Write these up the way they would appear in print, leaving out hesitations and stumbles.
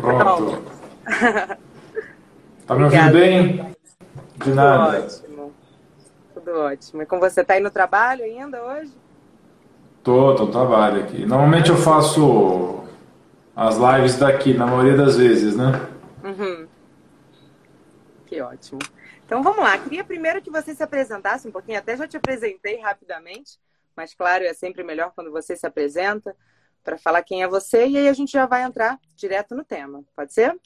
Pronto. Tá me ouvindo Obrigada. bem? De Tudo nada. ótimo. Tudo ótimo. E com você, tá aí no trabalho ainda hoje? Tô no trabalho aqui. Normalmente eu faço as lives daqui, na maioria das vezes, né? Uhum, que ótimo. Então vamos lá. Queria primeiro que você se apresentasse um pouquinho. Até já te apresentei rapidamente, mas claro, é sempre melhor quando você se apresenta para falar quem é você e aí a gente já vai entrar direto no tema. Pode ser?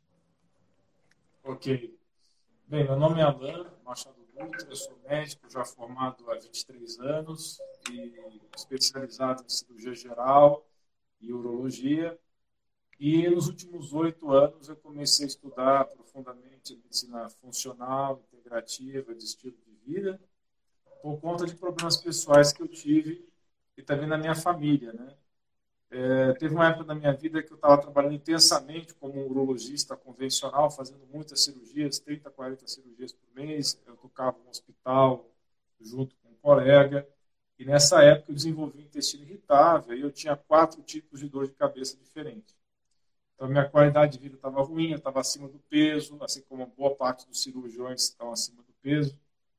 Ok. Bem, meu nome é Alan Machado Dutra, eu sou médico já formado há 23 anos e especializado em cirurgia geral e urologia. E nos últimos 8 anos eu comecei a estudar profundamente a medicina funcional, integrativa, de estilo de vida, por conta de problemas pessoais que eu tive e também na minha família, né? Teve uma época da minha vida que eu estava trabalhando intensamente como um urologista convencional, fazendo muitas cirurgias, 30, 40 cirurgias por mês. Eu tocava no hospital junto com um colega. E nessa época eu desenvolvi intestino irritável e eu tinha 4 tipos de dor de cabeça diferentes. Então, a minha qualidade de vida estava ruim, eu estava acima do peso, assim como boa parte dos cirurgiões estão acima do peso.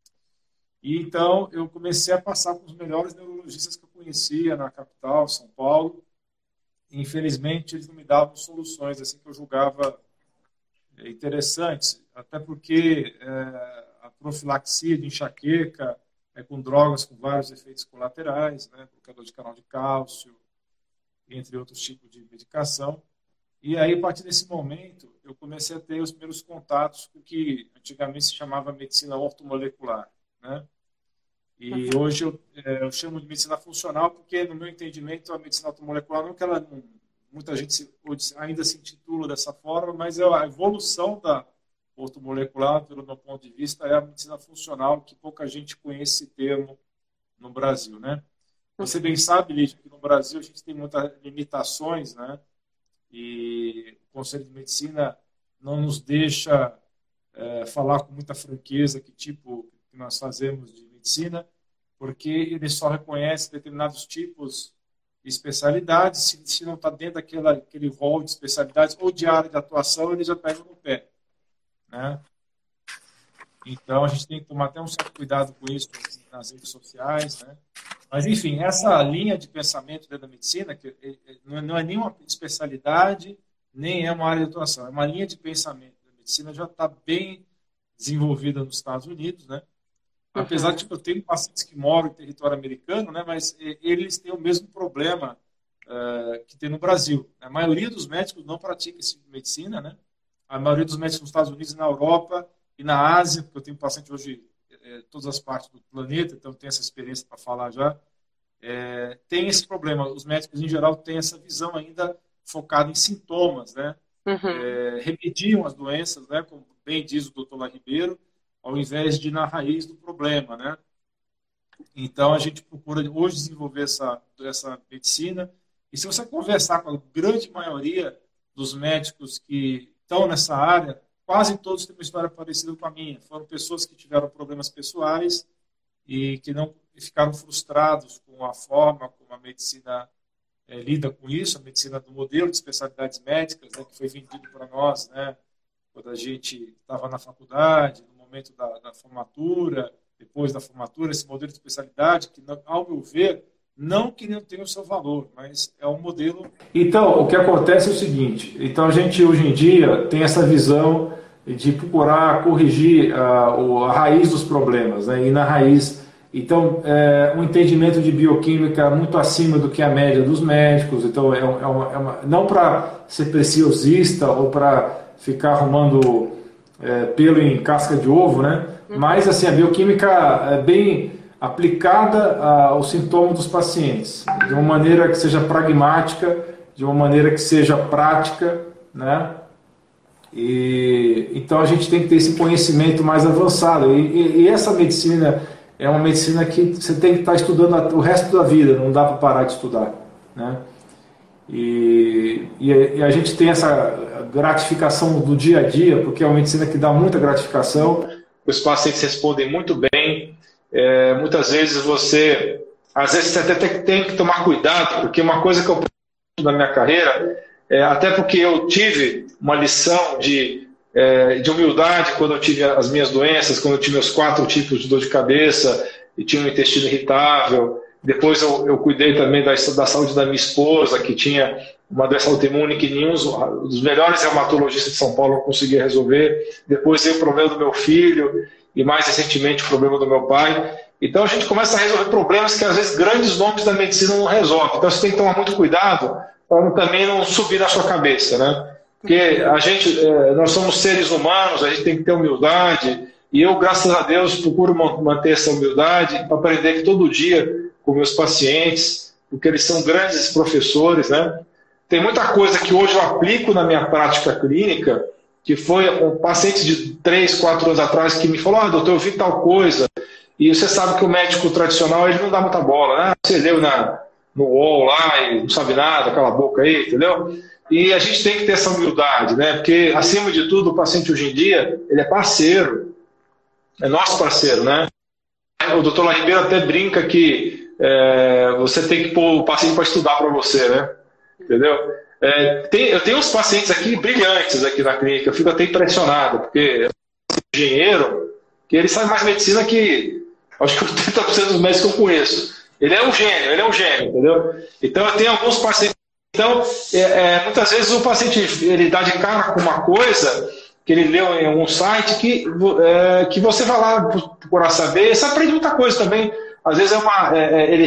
E então eu comecei a passar com os melhores neurologistas que eu conhecia na capital, São Paulo. Infelizmente, eles não me davam soluções assim que eu julgava interessantes, até porque a profilaxia de enxaqueca é com drogas com vários efeitos colaterais, né, bloqueador de canal de cálcio, entre outros tipos de medicação. E aí, a partir desse momento, eu comecei a ter os primeiros contatos com o que antigamente se chamava medicina ortomolecular, né? E hoje eu chamo de medicina funcional porque, no meu entendimento, a medicina automolecular não é que ela não, muita gente ainda se intitula dessa forma, mas a evolução da ortomolecular, pelo meu ponto de vista, é a medicina funcional, que pouca gente conhece esse termo no Brasil, né? Você bem sabe, Lígia, que no Brasil a gente tem muitas limitações, né? E o Conselho de Medicina não nos deixa falar com muita franqueza que tipo que nós fazemos de medicina, porque ele só reconhece determinados tipos de especialidades. Se não está dentro daquele rol de especialidades ou de área de atuação, ele já pega no pé, né? Então, a gente tem que tomar até um certo cuidado com isso nas redes sociais, né? Mas, enfim, essa linha de pensamento dentro da medicina, que não é nenhuma especialidade, nem é uma área de atuação, é uma linha de pensamento da medicina, já está bem desenvolvida nos Estados Unidos, né? Apesar de que eu tenho pacientes que moram em território americano, né? Mas eles têm o mesmo problema que tem no Brasil. A maioria dos médicos não pratica esse tipo de medicina, né? A maioria dos médicos nos Estados Unidos, na Europa e na Ásia, porque eu tenho paciente hoje todas as partes do planeta, então eu tenho essa experiência para falar já, tem esse problema. Os médicos, em geral, têm essa visão ainda focada em sintomas, né? Remediam as doenças, né? Como bem diz o doutor Lá Ribeiro, ao invés de ir na raiz do problema, né? Então, a gente procura hoje desenvolver essa medicina. E se você conversar com a grande maioria dos médicos que estão nessa área, quase todos têm uma história parecida com a minha. Foram pessoas que tiveram problemas pessoais e que não ficaram frustrados com a forma como a medicina lida com isso, a medicina do modelo de especialidades médicas, né, que foi vendido para nós, né, quando a gente estava na faculdade, no momento da formatura, depois da formatura, esse modelo de especialidade que, ao meu ver, não que não tenha o seu valor, mas é um modelo... Então, o que acontece é o seguinte, então a gente hoje em dia tem essa visão de procurar corrigir a raiz dos problemas, né? E na raiz, então, um entendimento de bioquímica muito acima do que a média dos médicos, então não para ser preciosista ou para ficar arrumando pelo em casca de ovo, né? Mas assim, a bioquímica é bem aplicada aos sintomas dos pacientes, de uma maneira que seja pragmática, de uma maneira que seja prática, né? E então a gente tem que ter esse conhecimento mais avançado. E essa medicina é uma medicina que você tem que estar estudando o resto da vida, não dá para parar de estudar, né? E a gente tem essa gratificação do dia a dia, porque é uma medicina que dá muita gratificação. Os pacientes respondem muito bem. Muitas vezes às vezes você até tem que tomar cuidado, porque uma coisa que eu na minha carreira até porque eu tive uma lição de humildade quando eu tive as minhas doenças, quando eu tive os 4 tipos de dor de cabeça e tinha um intestino irritável. Depois eu cuidei também da saúde da minha esposa, que tinha uma doença autoimune que nenhum dos melhores reumatologistas de São Paulo não conseguia resolver. Depois veio o problema do meu filho e mais recentemente o problema do meu pai. Então a gente começa a resolver problemas que às vezes grandes nomes da medicina não resolvem. Então você tem que tomar muito cuidado para também não subir na sua cabeça, né? Porque nós somos seres humanos, a gente tem que ter humildade, e eu, graças a Deus, procuro manter essa humildade para aprender que todo dia com meus pacientes, porque eles são grandes professores, né? Tem muita coisa que hoje eu aplico na minha prática clínica, que foi um paciente de 3, 4 anos atrás que me falou, doutor, eu vi tal coisa, e você sabe que o médico tradicional ele não dá muita bola, né? Você leu no UOL lá e não sabe nada, cala a boca aí, entendeu? E a gente tem que ter essa humildade, né? Porque, acima de tudo, o paciente hoje em dia, ele é parceiro, é nosso parceiro, né? O doutor La Ribeiro até brinca que você tem que pôr o paciente para estudar para você, né? Entendeu? Eu tenho uns pacientes aqui brilhantes aqui na clínica, eu fico até impressionado, porque é um engenheiro que ele sabe mais medicina que acho que 80% dos médicos que eu conheço. Ele é um gênio, entendeu? Então eu tenho alguns pacientes. Então, muitas vezes o paciente ele dá de cara com uma coisa que ele leu em algum site que você vai lá procurar saber, você aprende muita coisa também. Às vezes ele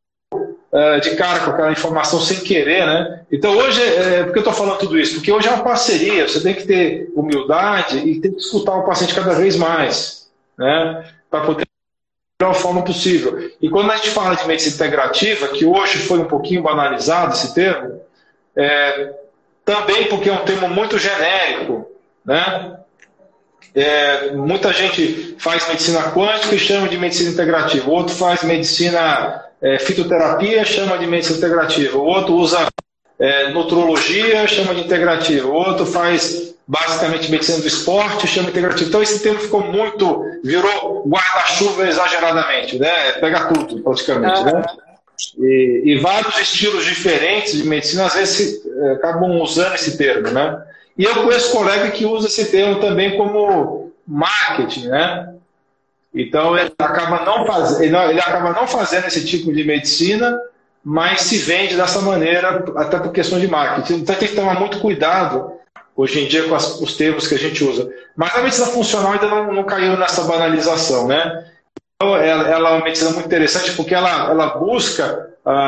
de cara com aquela informação sem querer, né? Então hoje, por que eu estou falando tudo isso? Porque hoje é uma parceria, você tem que ter humildade e tem que escutar o paciente cada vez mais, né? Para poder da melhor forma possível. E quando a gente fala de medicina integrativa, que hoje foi um pouquinho banalizado esse termo, também porque é um termo muito genérico, né? Muita gente faz medicina quântica e chama de medicina integrativa, o outro faz medicina fitoterapia, chama de medicina integrativa, o outro usa nutrologia, chama de integrativa, o outro faz basicamente medicina do esporte, chama de integrativa. Então esse termo virou guarda-chuva exageradamente, né? Pega tudo praticamente, né? E vários estilos diferentes de medicina às vezes acabam usando esse termo, né? E eu conheço colega que usa esse termo também como marketing, né? Então ele acaba não fazendo esse tipo de medicina, mas se vende dessa maneira, até por questão de marketing. Então tem que tomar muito cuidado hoje em dia com os termos que a gente usa. Mas a medicina funcional ainda não caiu nessa banalização, né? Então ela é uma medicina muito interessante porque ela busca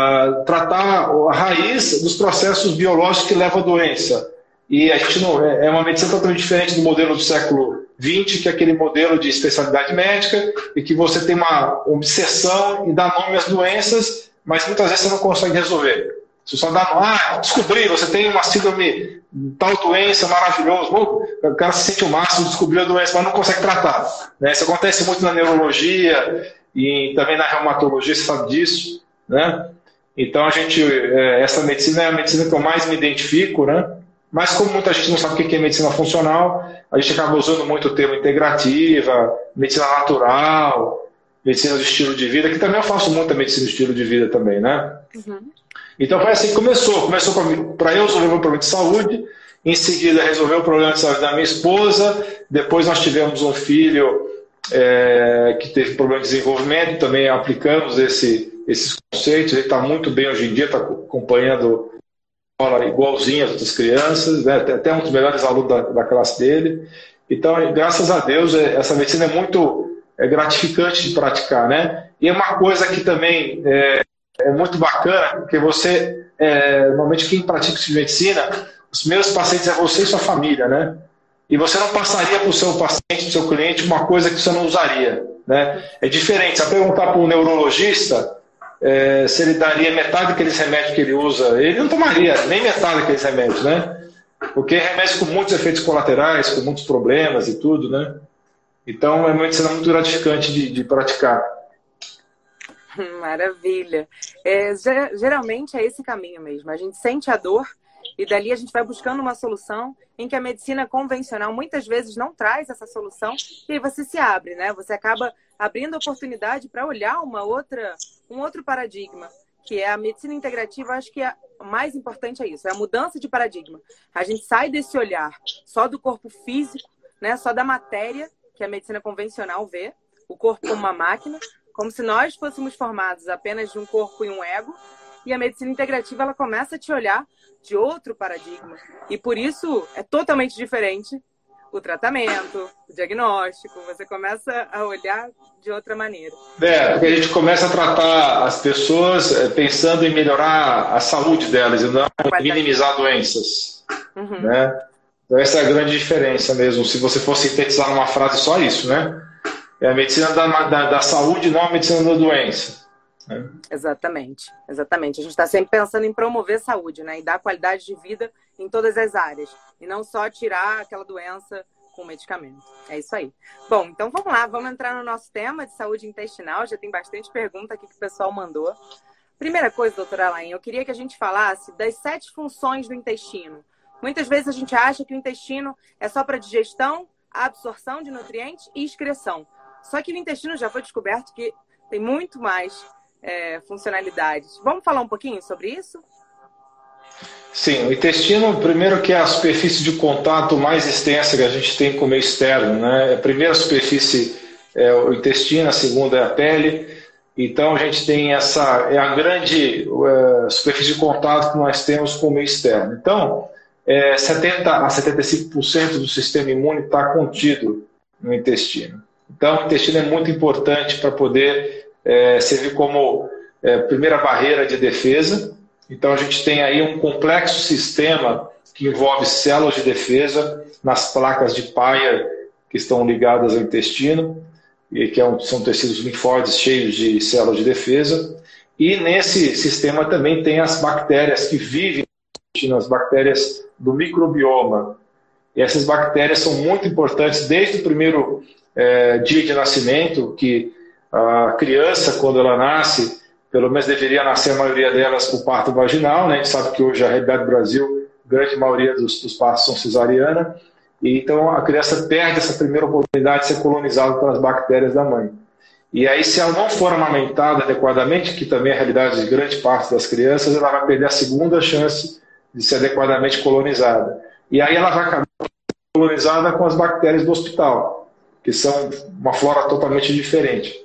tratar a raiz dos processos biológicos que levam à doença. E a gente é uma medicina totalmente diferente do modelo do século XX, que é aquele modelo de especialidade médica, e que você tem uma obsessão em dar nome às doenças, mas muitas vezes você não consegue resolver. Você só dá descobri, você tem uma síndrome, tal doença, maravilhoso, o cara se sente o máximo, descobriu a doença, mas não consegue tratar. Né? Isso acontece muito na neurologia e também na reumatologia, você sabe disso, né? Então essa medicina é a medicina que eu mais me identifico, né? Mas como muita gente não sabe o que é medicina funcional, a gente acaba usando muito o termo integrativa, medicina natural, medicina de estilo de vida, que também eu faço muita medicina de estilo de vida também, né? Uhum. Então foi assim que começou para eu resolver o meu problema de saúde, em seguida resolver o problema de saúde da minha esposa, depois nós tivemos um filho que teve problema de desenvolvimento, também aplicamos esses conceitos, ele está muito bem hoje em dia, está acompanhando igualzinho às outras crianças, né? Até um dos melhores alunos da classe dele. Então, graças a Deus, essa medicina é muito gratificante de praticar, né? E é uma coisa que também é muito bacana, porque você, normalmente quem pratica esse tipo de medicina, os primeiros pacientes é você e sua família, né? E você não passaria para o seu paciente, para o seu cliente, uma coisa que você não usaria, né? É diferente, se perguntar para um neurologista se ele daria metade daqueles remédios que ele usa, ele não tomaria nem metade daqueles remédios, né? Porque remédios com muitos efeitos colaterais, com muitos problemas e tudo, né? Então é uma medicina muito gratificante de praticar. Maravilha. Geralmente é esse caminho mesmo. A gente sente a dor e dali a gente vai buscando uma solução em que a medicina convencional muitas vezes não traz essa solução e aí você se abre, né? Você acaba abrindo oportunidade para olhar um outro paradigma, que é a medicina integrativa, acho que o mais importante é isso, é a mudança de paradigma. A gente sai desse olhar só do corpo físico, né, só da matéria, que a medicina convencional vê, o corpo como uma máquina, como se nós fôssemos formados apenas de um corpo e um ego, e a medicina integrativa ela começa a te olhar de outro paradigma. E por isso é totalmente diferente o tratamento, o diagnóstico, você começa a olhar de outra maneira. Porque a gente começa a tratar as pessoas pensando em melhorar a saúde delas e não minimizar doenças. Uhum. Né? Então essa é a grande diferença mesmo, se você for sintetizar numa frase só isso, né? É a medicina da saúde, não a medicina da doença. Né? Exatamente, exatamente. A gente está sempre pensando em promover saúde, né? E dar qualidade de vida em todas as áreas. E não só tirar aquela doença com medicamento. É isso aí. Bom, então vamos lá, vamos entrar no nosso tema de saúde intestinal. Já tem bastante pergunta aqui que o pessoal mandou. Primeira coisa, doutora Alain, eu queria que a gente falasse das 7 funções do intestino. Muitas vezes a gente acha que o intestino é só para digestão, absorção de nutrientes e excreção. Só que o intestino já foi descoberto que tem muito mais funcionalidades. Vamos falar um pouquinho sobre isso? Sim, o intestino, primeiro que é a superfície de contato mais extensa que a gente tem com o meio externo, né? A primeira superfície é o intestino, a segunda é a pele. Então a gente tem essa, é a grande superfície de contato que nós temos com o meio externo. Então, 70 a 75% do sistema imune está contido no intestino. Então o intestino é muito importante para poder servir como primeira barreira de defesa. Então a gente tem aí um complexo sistema que envolve células de defesa nas placas de Peyer que estão ligadas ao intestino, e que são tecidos linfóides cheios de células de defesa. E nesse sistema também tem as bactérias que vivem no intestino, as bactérias do microbioma. E essas bactérias são muito importantes desde o primeiro dia de nascimento, que a criança, quando ela nasce, pelo menos deveria nascer a maioria delas por parto vaginal, né? A gente sabe que hoje a realidade do Brasil, a grande maioria dos partos são cesariana, e então a criança perde essa primeira oportunidade de ser colonizada pelas bactérias da mãe. E aí, se ela não for amamentada adequadamente, que também é a realidade de grande parte das crianças, ela vai perder a segunda chance de ser adequadamente colonizada. E aí ela vai acabar colonizada com as bactérias do hospital, que são uma flora totalmente diferente.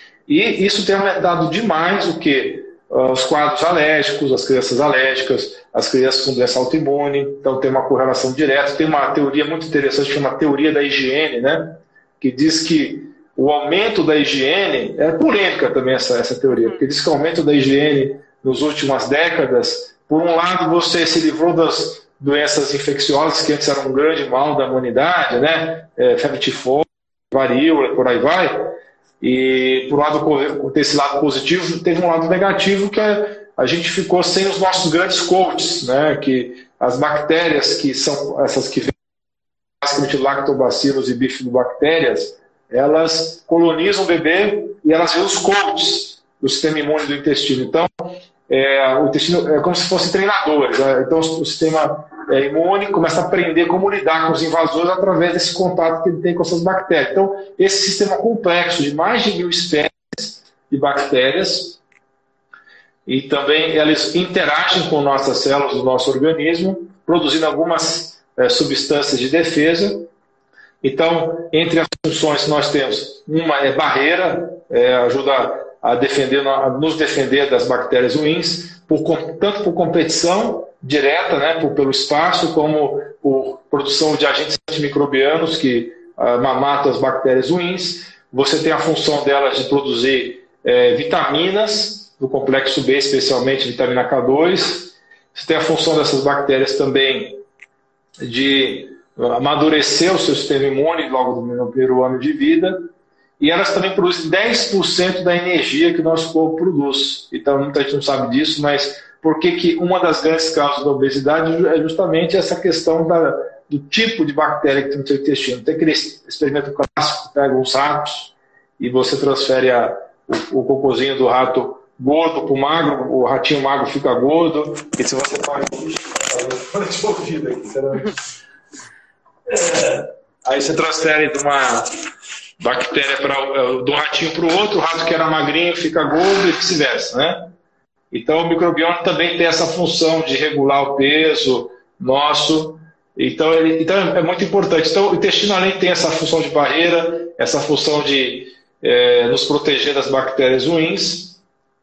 E isso tem aumentado demais o que? Os quadros alérgicos, as crianças alérgicas, as crianças com doença autoimune. Então tem uma correlação direta. Tem uma teoria muito interessante, que é uma teoria da higiene, né? Que diz que o aumento da higiene, é polêmica também essa teoria, porque diz que o aumento da higiene nas últimas décadas, por um lado você se livrou das doenças infecciosas, que antes eram um grande mal da humanidade, né? Febre tifoide, varíola, por aí vai. E por desse lado positivo, teve um lado negativo, que a gente ficou sem os nossos grandes coaches, né? Que as bactérias, que são essas que vêm basicamente lactobacillus e bifidobactérias, elas colonizam o bebê e elas vêm os coaches do sistema imune do intestino. Então, o intestino é como se fossem treinadores, né? Então o sistema imune começa a aprender como lidar com os invasores através desse contato que ele tem com essas bactérias. Então, esse sistema complexo de mais de 1000 espécies de bactérias, e também elas interagem com nossas células do nosso organismo, produzindo algumas substâncias de defesa. Então, entre as funções que nós temos, uma é barreira, ajuda a nos defender das bactérias ruins, tanto por competição direta, né, pelo espaço, como por produção de agentes antimicrobianos que matam as bactérias ruins. Você tem a função delas de produzir vitaminas, do complexo B, especialmente vitamina K2. Você tem a função dessas bactérias também de amadurecer o seu sistema imune logo no primeiro ano de vida. E elas também produzem 10% da energia que o nosso corpo produz. Então, muita gente não sabe disso, mas por que uma das grandes causas da obesidade é justamente essa questão do tipo de bactéria que tem no seu intestino. Tem aquele experimento clássico, pega uns ratos e você transfere o cocôzinho do rato gordo para o magro, o ratinho magro fica gordo, e se você pode... Aí você transfere de uma bactéria do ratinho para o outro, o rato que era magrinho fica gordo e vice-versa, né? Então, o microbioma também tem essa função de regular o peso nosso. Então é muito importante. Então, o intestino, além tem essa função de barreira, essa função de nos proteger das bactérias ruins,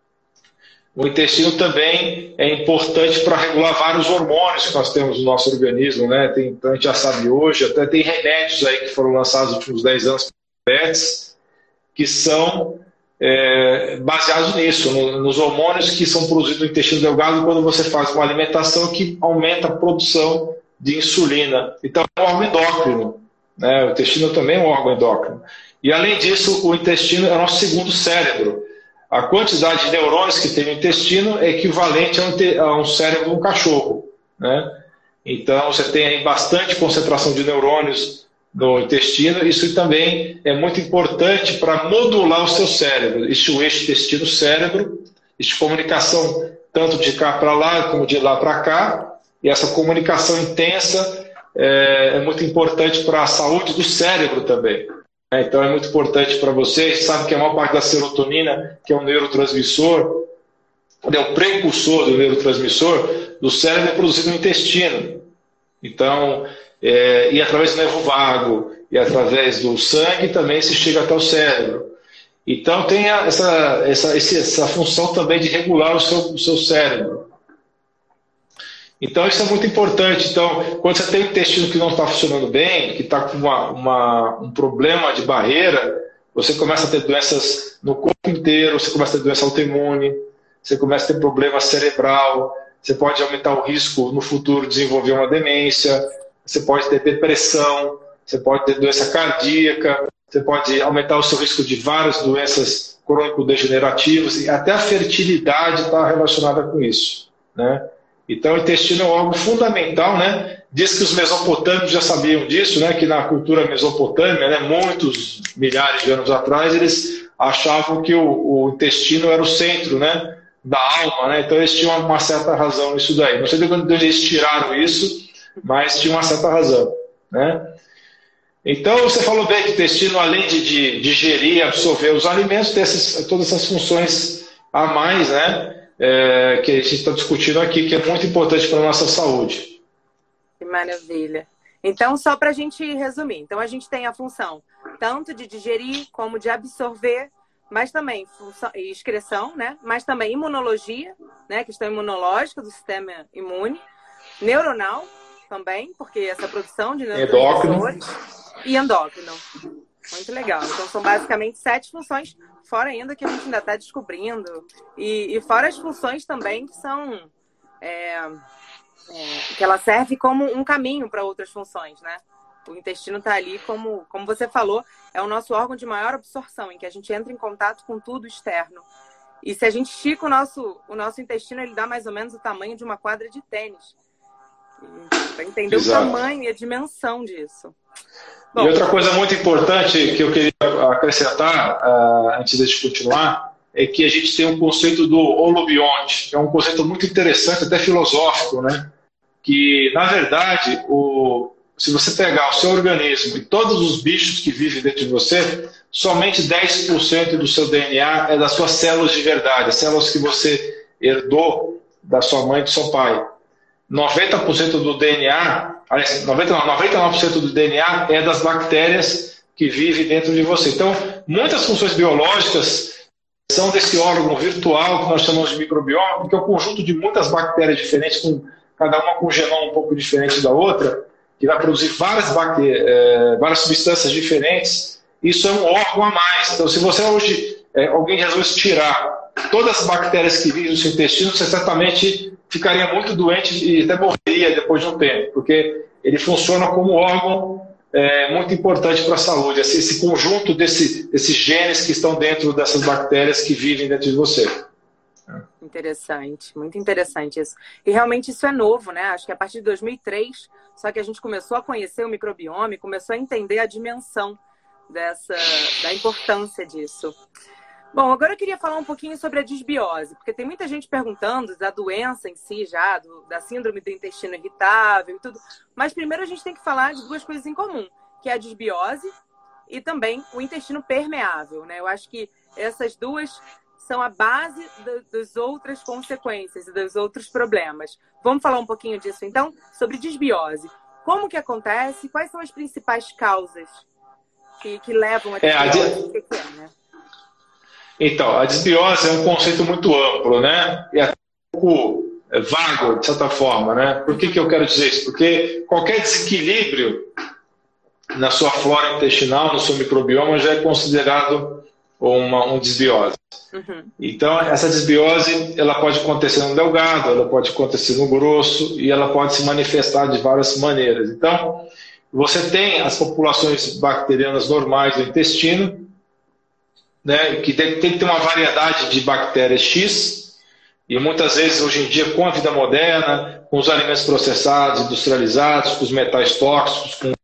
o intestino também é importante para regular vários hormônios que nós temos no nosso organismo, né? Então, a gente já sabe hoje, até tem remédios aí que foram lançados nos últimos 10 anos para diabetes, que são baseados nisso, nos hormônios que são produzidos no intestino delgado quando você faz uma alimentação que aumenta a produção de insulina. Então, é um órgão endócrino, né? O intestino também é um órgão endócrino. E, além disso, o intestino é o nosso segundo cérebro. A quantidade de neurônios que tem no intestino é equivalente a um cérebro de um cachorro, né? Então, você tem aí bastante concentração de neurônios no intestino. Isso também é muito importante para modular o seu cérebro. Existe o eixo intestino-cérebro, existe comunicação tanto de cá para lá como de lá para cá. E essa comunicação intensa é muito importante para a saúde do cérebro também. Então é muito importante para vocês. Sabe que a maior parte da serotonina, que é um neurotransmissor, é o precursor do neurotransmissor do cérebro, é produzido no intestino. Então, e através do nervo vago e através do sangue também se chega até o cérebro. Então tem essa função também de regular o seu cérebro. Então isso é muito importante. Então, quando você tem um intestino que não está funcionando bem, que está com um problema de barreira, você começa a ter doenças no corpo inteiro, você começa a ter doença autoimune, você começa a ter problema cerebral, você pode aumentar o risco no futuro de desenvolver uma demência, você pode ter depressão, você pode ter doença cardíaca, você pode aumentar o seu risco de várias doenças crônico-degenerativas, e até a fertilidade está relacionada com isso, né? Então, o intestino é um órgão fundamental, né? Diz que os mesopotâmicos já sabiam disso, né? Que na cultura mesopotâmica, né, muitos milhares de anos atrás, eles achavam que o intestino era o centro, né, da alma, né? Então, eles tinham uma certa razão nisso daí. Não sei de onde eles tiraram isso, mas tinha uma certa razão, né? Então, você falou bem que o intestino, além de digerir e absorver os alimentos, tem todas essas funções a mais, né? Que a gente está discutindo aqui, que é muito importante para a nossa saúde. Que maravilha. Então, só para a gente resumir. Então, a gente tem a função tanto de digerir como de absorver, mas também excreção, né? Mas também imunologia, né? Questão imunológica do sistema imune, neuronal também, porque essa produção de neurotransmissores e endócrino. Muito legal. Então, são basicamente 7 funções, fora ainda que a gente ainda está descobrindo. E fora as funções também que são... que ela serve como um caminho para outras funções, né? O intestino está ali, como você falou, é o nosso órgão de maior absorção, em que a gente entra em contato com tudo externo. E se a gente estica o nosso intestino, ele dá mais ou menos o tamanho de uma quadra de tênis. Para entender Exato. O tamanho e a dimensão disso. Bom, e outra coisa muito importante que eu queria acrescentar, antes de continuar, é que a gente tem um conceito do holobionte, que é um conceito muito interessante, até filosófico, né? Que, na verdade, se você pegar o seu organismo e todos os bichos que vivem dentro de você, somente 10% do seu DNA é das suas células de verdade, as células que você herdou da sua mãe e do seu pai. 90% do DNA, 99% do DNA é das bactérias que vivem dentro de você. Então, muitas funções biológicas são desse órgão virtual que nós chamamos de microbioma, que é um conjunto de muitas bactérias diferentes, cada uma com um genoma um pouco diferente da outra, que vai produzir várias substâncias diferentes. Isso é um órgão a mais. Então, se você hoje, alguém resolvesse tirar todas as bactérias que vivem no seu intestino, você certamente ficaria muito doente e até morreria depois de um tempo, porque ele funciona como órgão muito importante para a saúde, esse conjunto desses genes que estão dentro dessas bactérias que vivem dentro de você. Interessante, muito interessante isso. E realmente isso é novo, né? Acho que a partir de 2003, só que a gente começou a conhecer o microbioma e começou a entender a dimensão da importância disso. Bom, agora eu queria falar um pouquinho sobre a disbiose, porque tem muita gente perguntando da doença em si já, da síndrome do intestino irritável e tudo. Mas primeiro a gente tem que falar de 2 coisas em comum, que é a disbiose e também o intestino permeável, né? Eu acho que essas duas são a base das outras consequências e dos outros problemas. Vamos falar um pouquinho disso, então, sobre desbiose. Como que acontece? Quais são as principais causas que levam a desbiose? Né? Então, a desbiose é um conceito muito amplo, né? E até um pouco vago, de certa forma, né? Por que eu quero dizer isso? Porque qualquer desequilíbrio na sua flora intestinal, no seu microbioma, já é considerado um desbiose. Uhum. Então, essa desbiose, ela pode acontecer no delgado, ela pode acontecer no grosso e ela pode se manifestar de várias maneiras. Então, você tem as populações bacterianas normais do intestino, né, que tem que ter uma variedade de bactérias X, e muitas vezes, hoje em dia, com a vida moderna, com os alimentos processados, industrializados, com os metais tóxicos, com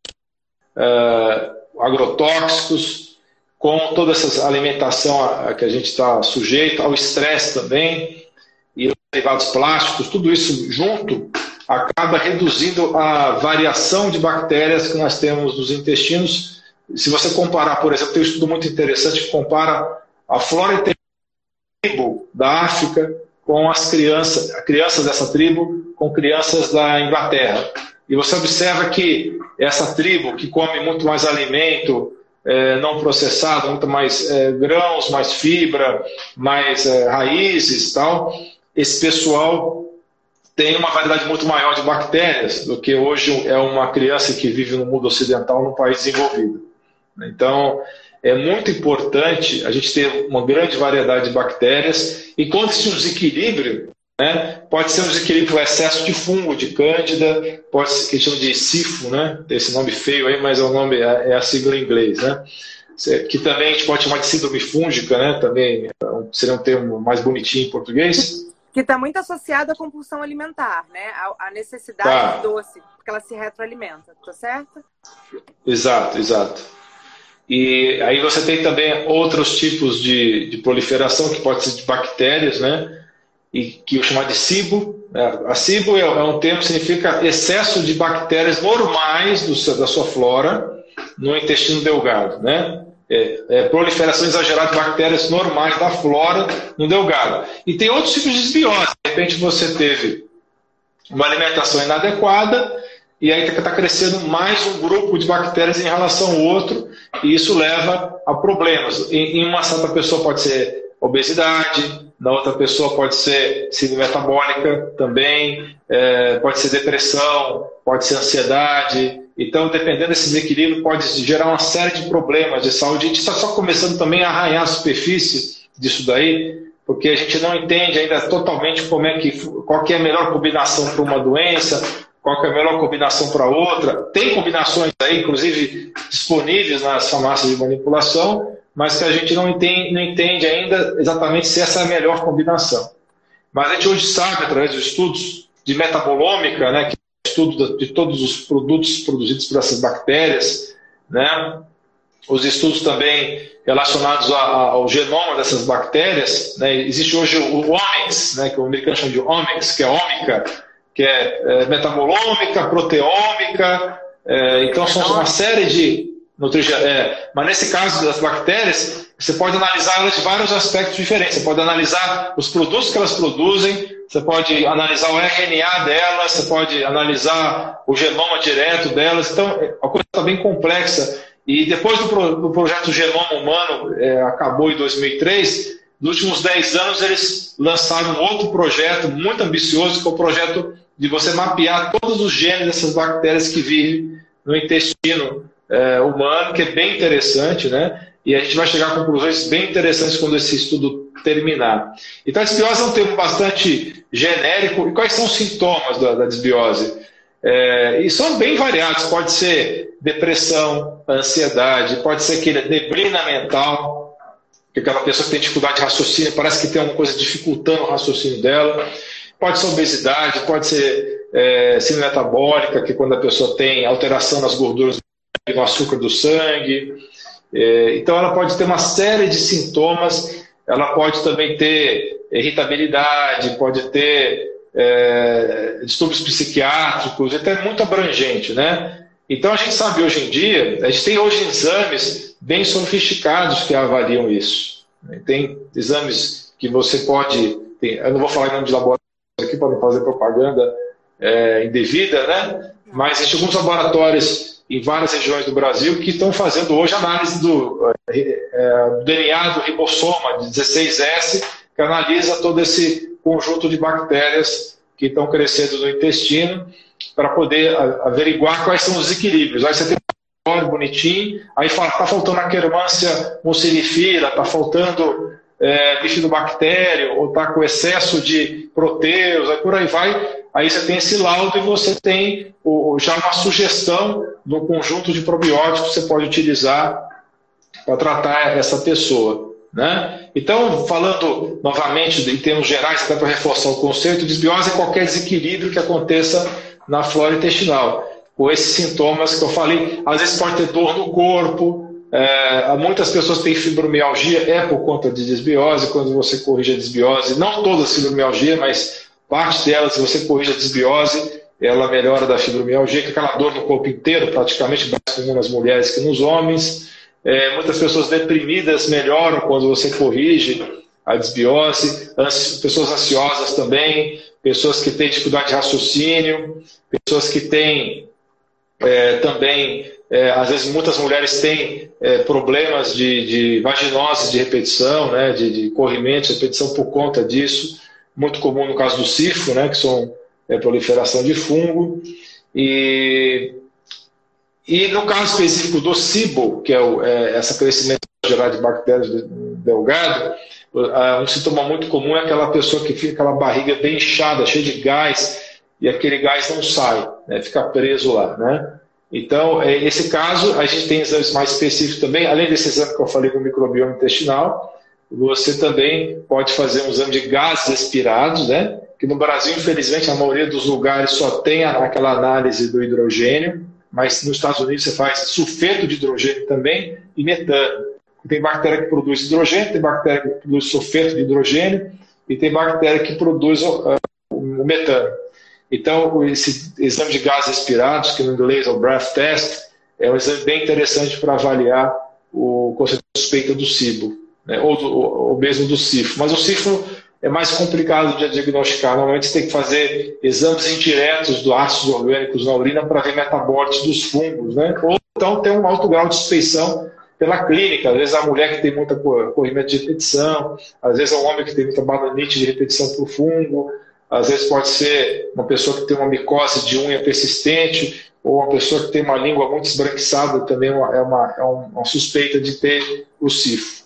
agrotóxicos, com toda essa alimentação que a gente está sujeito, ao estresse também, e os derivados plásticos, tudo isso junto acaba reduzindo a variação de bactérias que nós temos nos intestinos. Se você comparar, por exemplo, tem um estudo muito interessante que compara a flora intestinal da África com as crianças dessa tribo com crianças da Inglaterra. E você observa que essa tribo, que come muito mais alimento não processado, muito mais grãos, mais fibra, mais raízes, tal, esse pessoal tem uma variedade muito maior de bactérias do que hoje é uma criança que vive no mundo ocidental, num país desenvolvido. Então, é muito importante a gente ter uma grande variedade de bactérias, e quando existe um desequilíbrio, né, pode ser um desequilíbrio por excesso de fungo, de cândida, pode ser que a gente chama de sifo, né, tem esse nome feio aí, mas é a sigla em inglês, né, que também a gente pode chamar de síndrome fúngica, né, também seria um termo mais bonitinho em português. Que está muito associado à compulsão alimentar, né, à necessidade de doce, porque ela se retroalimenta, tá certo? Exato. E aí você tem também outros tipos de proliferação, que pode ser de bactérias, né? E que eu chamo de SIBO. A SIBO é um termo que significa excesso de bactérias normais da sua flora no intestino delgado, né? Proliferação exagerada de bactérias normais da flora no delgado. E tem outros tipos de desbiose. De repente você teve uma alimentação inadequada e aí está crescendo mais um grupo de bactérias em relação ao outro, e isso leva a problemas. Em uma certa pessoa pode ser obesidade, na outra pessoa pode ser síndrome metabólica também, pode ser depressão, pode ser ansiedade. Então, dependendo desse desequilíbrio, pode gerar uma série de problemas de saúde. A gente está só começando também a arranhar a superfície disso daí, porque a gente não entende ainda totalmente qual que é a melhor combinação para uma doença, qual que é a melhor combinação para outra. Tem combinações aí, inclusive, disponíveis nas farmácias de manipulação, mas que a gente não entende ainda exatamente se essa é a melhor combinação. Mas a gente hoje sabe, através dos estudos de metabolômica, né, que é o estudo de todos os produtos produzidos por essas bactérias, né, os estudos também relacionados ao genoma dessas bactérias, né, existe hoje o Omics, né, que o americano chama de Omics, que é ômica, que é metabolômica, proteômica, então são uma série de mas nesse caso das bactérias, você pode analisar elas de vários aspectos diferentes. Você pode analisar os produtos que elas produzem, você pode analisar o RNA delas, você pode analisar o genoma direto delas. Então, a coisa está bem complexa. E depois do projeto Genoma Humano, acabou em 2003, nos últimos 10 anos eles lançaram um outro projeto muito ambicioso, que é o projeto de você mapear todos os genes dessas bactérias que vivem no intestino humano, que é bem interessante, né? E a gente vai chegar a conclusões bem interessantes quando esse estudo terminar. Então, a desbiose é um termo bastante genérico. E quais são os sintomas da desbiose? E são bem variados. Pode ser depressão, ansiedade, pode ser aquele neblina mental, que aquela pessoa que tem dificuldade de raciocínio, parece que tem alguma coisa dificultando o raciocínio dela. Pode ser obesidade, pode ser síndrome metabólica, que é quando a pessoa tem alteração nas gorduras no açúcar do sangue. Então ela pode ter uma série de sintomas. Ela pode também ter irritabilidade, pode ter distúrbios psiquiátricos, até muito abrangente, né? Então a gente sabe hoje em dia, a gente tem hoje exames bem sofisticados que avaliam isso. Tem exames que você pode... eu não vou falar em nome de laboratórios aqui para não fazer propaganda indevida, né? Mas existem alguns laboratórios em várias regiões do Brasil que estão fazendo hoje análise do DNA do ribossoma de 16S, que analisa todo esse conjunto de bactérias que estão crescendo no intestino para poder averiguar quais são os desequilíbrios. Aí você tem um relatório bonitinho, aí fala, está faltando Akkermansia mucilifera, está faltando bifidobactério, ou está com excesso de proteus, aí por aí vai. Aí você tem esse laudo e você tem já uma sugestão do conjunto de probióticos que você pode utilizar para tratar essa pessoa, né? Então, falando novamente em termos gerais, até para reforçar o conceito, desbiose é qualquer desequilíbrio que aconteça na flora intestinal, com esses sintomas que eu falei. Às vezes pode ter dor no corpo, muitas pessoas têm fibromialgia, por conta de desbiose. Quando você corrige a desbiose, não toda a fibromialgia, mas parte delas, se você corrige a desbiose, ela melhora da fibromialgia, que é aquela dor no corpo inteiro, praticamente mais comum nas mulheres que nos homens. Muitas pessoas deprimidas melhoram quando você corrige a desbiose, pessoas ansiosas também, pessoas que têm dificuldade de raciocínio, pessoas que têm também, às vezes muitas mulheres têm problemas de vaginose de repetição, né, de corrimento de repetição por conta disso, muito comum no caso do sifo, né, que são proliferação de fungo. E no caso específico do SIBO, que é esse crescimento geral de bactérias delgado, um sintoma muito comum é aquela pessoa que fica aquela barriga bem inchada, cheia de gás, e aquele gás não sai, né, fica preso lá, né? Então, esse caso, a gente tem exames mais específicos também, além desse exame que eu falei do microbioma intestinal, você também pode fazer um exame de gases expirados, né? Que no Brasil, infelizmente, a maioria dos lugares só tem aquela análise do hidrogênio, mas nos Estados Unidos você faz sulfeto de hidrogênio também e metano. Tem bactéria que produz hidrogênio, tem bactéria que produz sulfeto de hidrogênio e tem bactéria que produz o metano. Então, esse exame de gases expirados, que no inglês é o breath test, é um exame bem interessante para avaliar o conceito de suspeita do SIBO, né, ou mesmo do sifo. Mas o sifo é mais complicado de diagnosticar. Normalmente você tem que fazer exames indiretos do ácidos orgânicos na urina para ver metabólitos dos fungos, né? Ou então tem um alto grau de suspeição pela clínica. Às vezes a mulher que tem muita corrimento de repetição, às vezes é um homem que tem muita bananite de repetição por fungo, às vezes pode ser uma pessoa que tem uma micose de unha persistente, ou uma pessoa que tem uma língua muito esbranquiçada, também é uma suspeita de ter o sifo.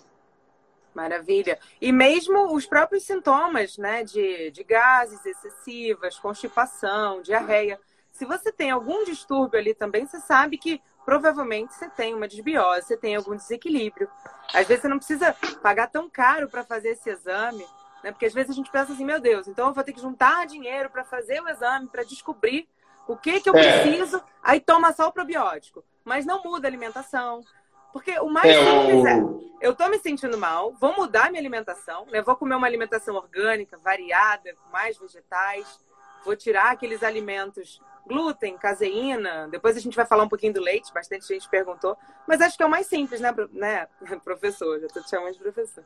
Maravilha. E mesmo os próprios sintomas, né, de gases excessivas, constipação, diarreia. Se você tem algum distúrbio ali também, você sabe que provavelmente você tem uma desbiose, você tem algum desequilíbrio. Às vezes você não precisa pagar tão caro para fazer esse exame, né? Porque às vezes a gente pensa assim, meu Deus, então eu vou ter que juntar dinheiro para fazer o exame, para descobrir o que eu preciso, aí toma só o probiótico. Mas não muda a alimentação. Porque o mais simples eu tô me sentindo mal, vou mudar minha alimentação, né? Vou comer uma alimentação orgânica, variada, com mais vegetais, vou tirar aqueles alimentos, glúten, caseína, depois a gente vai falar um pouquinho do leite, bastante gente perguntou, mas acho que é o mais simples, né, professor? Já tô te chamando de professor.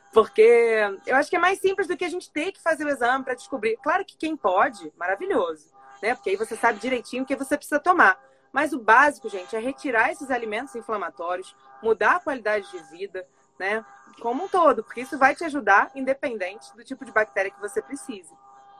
Porque eu acho que é mais simples do que a gente ter que fazer o exame para descobrir. Claro que quem pode, maravilhoso, né? Porque aí você sabe direitinho o que você precisa tomar. Mas o básico, gente, é retirar esses alimentos inflamatórios, mudar a qualidade de vida, né? Como um todo, porque isso vai te ajudar, independente do tipo de bactéria que você precise.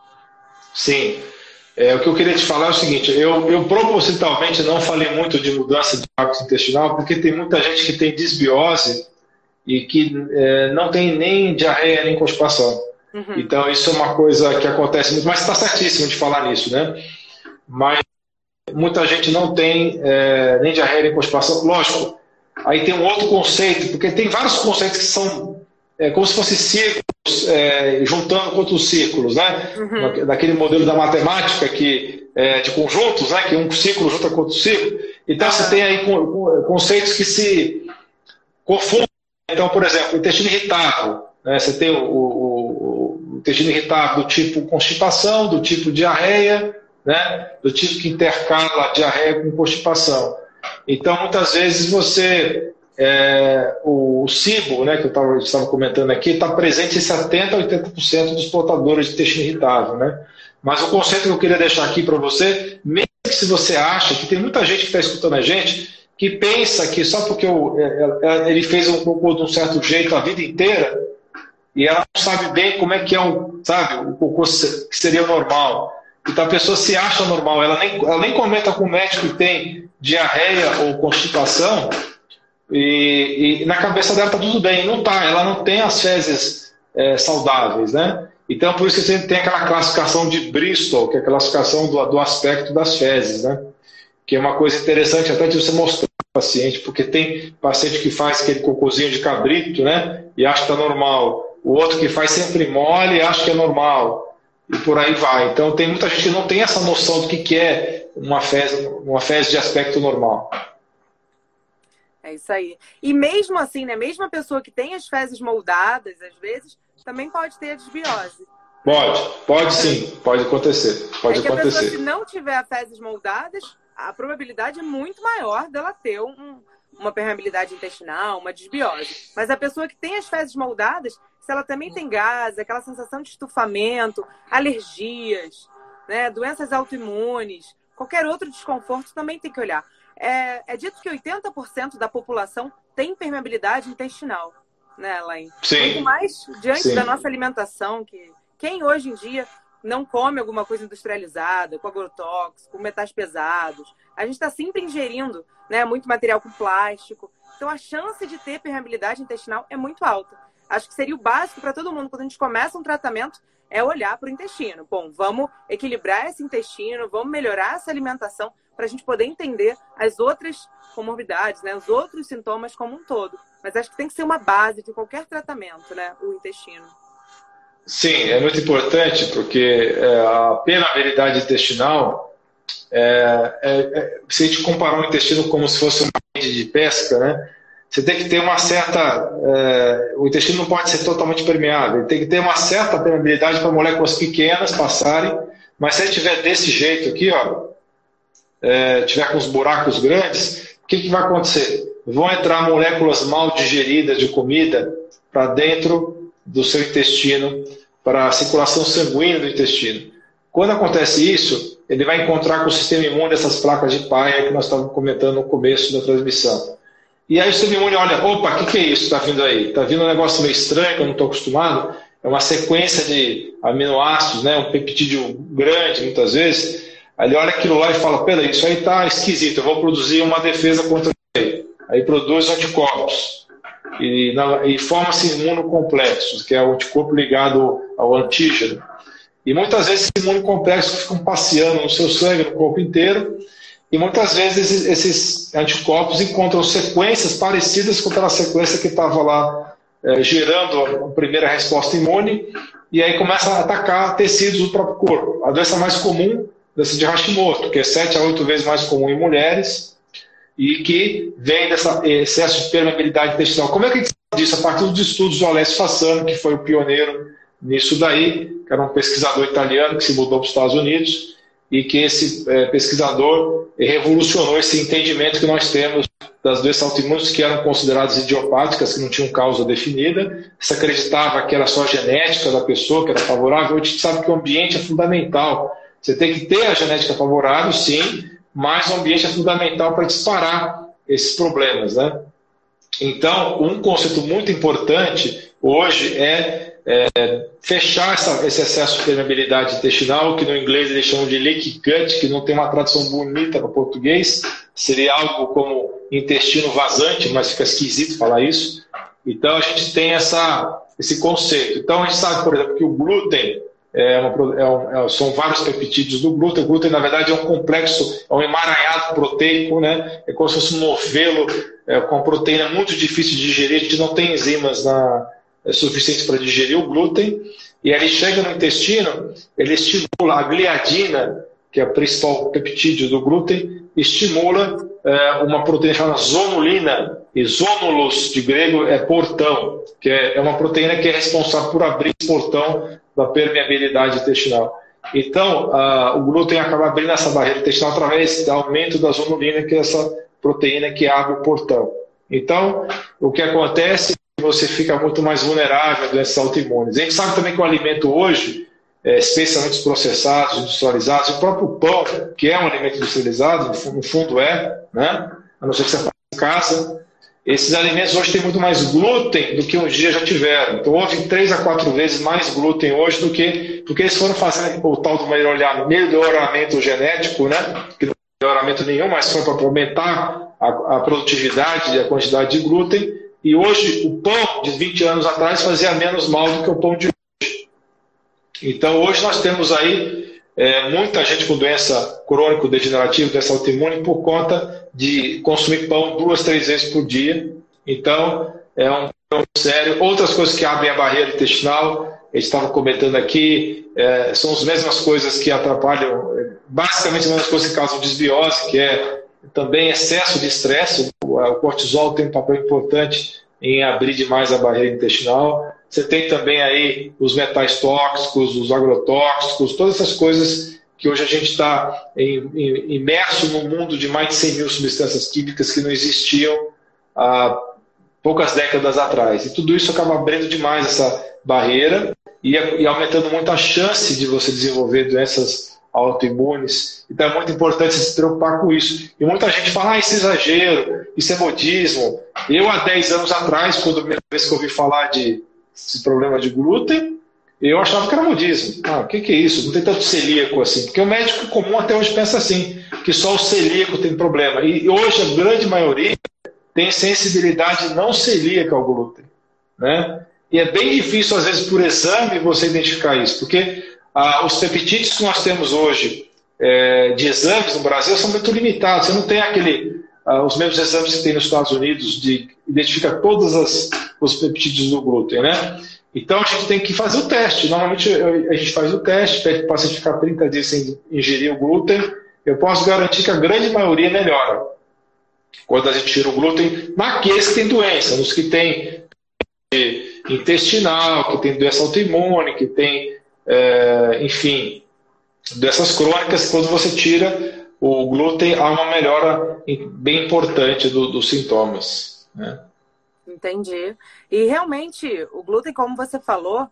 Sim. O que eu queria te falar é o seguinte, eu propositalmente não falei muito de mudança de hábito intestinal, porque tem muita gente que tem desbiose e que não tem nem diarreia nem constipação. Uhum. Então isso é uma coisa que acontece muito, mas está certíssimo de falar nisso, né? Mas muita gente não tem nem diarreia nem constipação. Lógico, aí tem um outro conceito, porque tem vários conceitos que são como se fossem círculos, juntando com outros círculos, né? Uhum. Daquele modelo da matemática de conjuntos, né? Que um círculo junta com outro círculo. Então você tem aí conceitos que se confundem. Então, por exemplo, o intestino irritável, né? Você tem o intestino irritável do tipo constipação, do tipo diarreia, né? Do tipo que intercala diarreia com constipação. Então, muitas vezes você o SIBO, né, que eu estava comentando aqui, está presente em 70% a 80% dos portadores de intestino irritável, né? Mas o conceito que eu queria deixar aqui para você, mesmo que se você acha que tem muita gente que está escutando a gente, que pensa que só porque ele fez um cocô de um certo jeito a vida inteira, e ela não sabe bem como é que é o cocô que seria normal. Então a pessoa se acha normal, ela nem comenta com o médico que tem diarreia ou constipação, e na cabeça dela está tudo bem. Não está, ela não tem as fezes saudáveis, né? Então por isso que você tem aquela classificação de Bristol, que é a classificação do aspecto das fezes, né? Que é uma coisa interessante até de você mostrar para o paciente, porque tem paciente que faz aquele cocôzinho de cabrito, né? E acha que está normal. O outro que faz sempre mole e acha que é normal. E por aí vai. Então tem muita gente que não tem essa noção do que é uma fezes de aspecto normal. É isso aí. E mesmo assim, né? Mesmo a pessoa que tem as fezes moldadas, às vezes, também pode ter a desbiose. Pode sim, pode acontecer. Pode que acontecer. A pessoa, se não tiver fezes moldadas, a probabilidade é muito maior dela ter uma permeabilidade intestinal, uma desbiose. Mas a pessoa que tem as fezes moldadas, se ela também tem gases, aquela sensação de estufamento, alergias, né, doenças autoimunes, qualquer outro desconforto, também tem que olhar. É dito que 80% da população tem permeabilidade intestinal, né, Elaine? Sim. Muito mais diante Sim. da nossa alimentação, que quem hoje em dia não come alguma coisa industrializada, com agrotóxico, com metais pesados, a gente está sempre ingerindo, né, muito material com plástico. Então a chance de ter permeabilidade intestinal é muito alta. Acho que seria o básico para todo mundo, quando a gente começa um tratamento, é olhar para o intestino. Bom, vamos equilibrar esse intestino, vamos melhorar essa alimentação para a gente poder entender as outras comorbidades, né, os outros sintomas como um todo. Mas acho que tem que ser uma base de qualquer tratamento, né, o intestino. Sim, é muito importante porque a permeabilidade intestinal, se a gente comparar o intestino como se fosse uma rede de pesca, né, você tem que ter uma certa... o intestino não pode ser totalmente permeável, ele tem que ter uma certa permeabilidade para moléculas pequenas passarem, mas se ele tiver desse jeito aqui, ó, tiver com os buracos grandes, o que vai acontecer? Vão entrar moléculas mal digeridas de comida para dentro do seu intestino, para a circulação sanguínea do intestino. Quando acontece isso, ele vai encontrar com o sistema imune essas placas de Peyer que nós estávamos comentando no começo da transmissão. E aí o sistema imune olha, opa, o que é isso que está vindo aí? Está vindo um negócio meio estranho que eu não estou acostumado. É uma sequência de aminoácidos, né? Um peptídeo grande, muitas vezes. Aí ele olha aquilo lá e fala, peraí, isso aí está esquisito, eu vou produzir uma defesa contra ele. Aí produz anticorpos. E forma-se imunocomplexos, que é o anticorpo ligado ao antígeno. E muitas vezes esses imunocomplexos ficam passeando no seu sangue, no corpo inteiro, e muitas vezes esses anticorpos encontram sequências parecidas com aquela sequência que estava lá gerando a primeira resposta imune, e aí começa a atacar tecidos do próprio corpo. A doença mais comum, a doença de Hashimoto, que é 7 a 8 vezes mais comum em mulheres, e que vem desse excesso de permeabilidade intestinal. Como é que a gente sabe disso? A partir dos estudos do Alessio Fassano, que foi o pioneiro nisso daí, que era um pesquisador italiano que se mudou para os Estados Unidos, e que esse pesquisador revolucionou esse entendimento que nós temos das doenças autoimunes que eram consideradas idiopáticas, que não tinham causa definida. Se acreditava que era só a genética da pessoa, que era favorável. Hoje a gente sabe que o ambiente é fundamental. Você tem que ter a genética favorável, sim, mas o ambiente é fundamental para disparar esses problemas, né? Então, um conceito muito importante hoje é fechar esse excesso de permeabilidade intestinal, que no inglês eles chamam de leaky gut, que não tem uma tradução bonita no português, seria algo como intestino vazante, mas fica esquisito falar isso. Então, a gente tem esse conceito. Então, a gente sabe, por exemplo, que o glúten são vários peptídeos do glúten. O glúten, na verdade, é um complexo, é um emaranhado proteico, né? É como se fosse um novelo com proteína muito difícil de digerir. A gente não tem enzimas suficientes para digerir o glúten. E aí ele chega no intestino, ele estimula a gliadina, que é o principal peptídeo do glúten, estimula uma proteína chamada zonulina, e zonulos, de grego, é portão, que é uma proteína que é responsável por abrir esse portão da permeabilidade intestinal. Então, o glúten acaba abrindo essa barreira intestinal através do aumento da zonulina, que é essa proteína que abre o portão. Então, o que acontece é que você fica muito mais vulnerável a doenças autoimunes. A gente sabe também que o alimento hoje, especialmente os processados, industrializados, o próprio pão, que é um alimento industrializado, no fundo é, né? A não ser que você faça em casa, esses alimentos hoje têm muito mais glúten do que um dia já tiveram. Então, houve 3 a 4 vezes mais glúten hoje do que porque eles foram fazendo o tal do melhoramento genético, né? Que não é melhoramento nenhum, mas foi para aumentar a produtividade e a quantidade de glúten. E hoje, o pão de 20 anos atrás fazia menos mal do que o pão de hoje. Então, hoje nós temos aí muita gente com doença crônico-degenerativa, doença autoimune, por conta de consumir pão 2, 3 vezes por dia. Então, é um problema sério. Outras coisas que abrem a barreira intestinal, a gente estava comentando aqui, são as mesmas coisas que atrapalham, basicamente as mesmas coisas que causam desbiose, que é também excesso de estresse. O cortisol tem um papel importante em abrir demais a barreira intestinal. Você tem também aí os metais tóxicos, os agrotóxicos, todas essas coisas que hoje a gente está imerso num mundo de mais de 100 mil substâncias químicas que não existiam há poucas décadas atrás. E tudo isso acaba abrindo demais essa barreira e aumentando muito a chance de você desenvolver doenças autoimunes. Então é muito importante se preocupar com isso. E muita gente fala, isso é exagero, isso é modismo. Eu, há 10 anos atrás, quando a primeira vez que eu ouvi falar esse problema de glúten, eu achava que era modismo. O que é isso? Não tem tanto celíaco assim. Porque o médico comum até hoje pensa assim, que só o celíaco tem problema. E hoje a grande maioria tem sensibilidade não celíaca ao glúten, né? E é bem difícil, às vezes, por exame, você identificar isso. Porque os peptídeos que nós temos hoje de exames no Brasil são muito limitados. Você não tem os mesmos exames que tem nos Estados Unidos de identificar todos os peptídeos do glúten, né? Então a gente tem que fazer o teste. Normalmente a gente faz o teste, pede para o paciente ficar 30 dias sem ingerir o glúten. Eu posso garantir que a grande maioria melhora quando a gente tira o glúten naqueles que têm doença, nos que têm intestinal, que tem doença autoimune, que tem, enfim, doenças crônicas. Quando você tira o glúten, há uma melhora bem importante dos sintomas, né? Entendi. E realmente, o glúten, como você falou,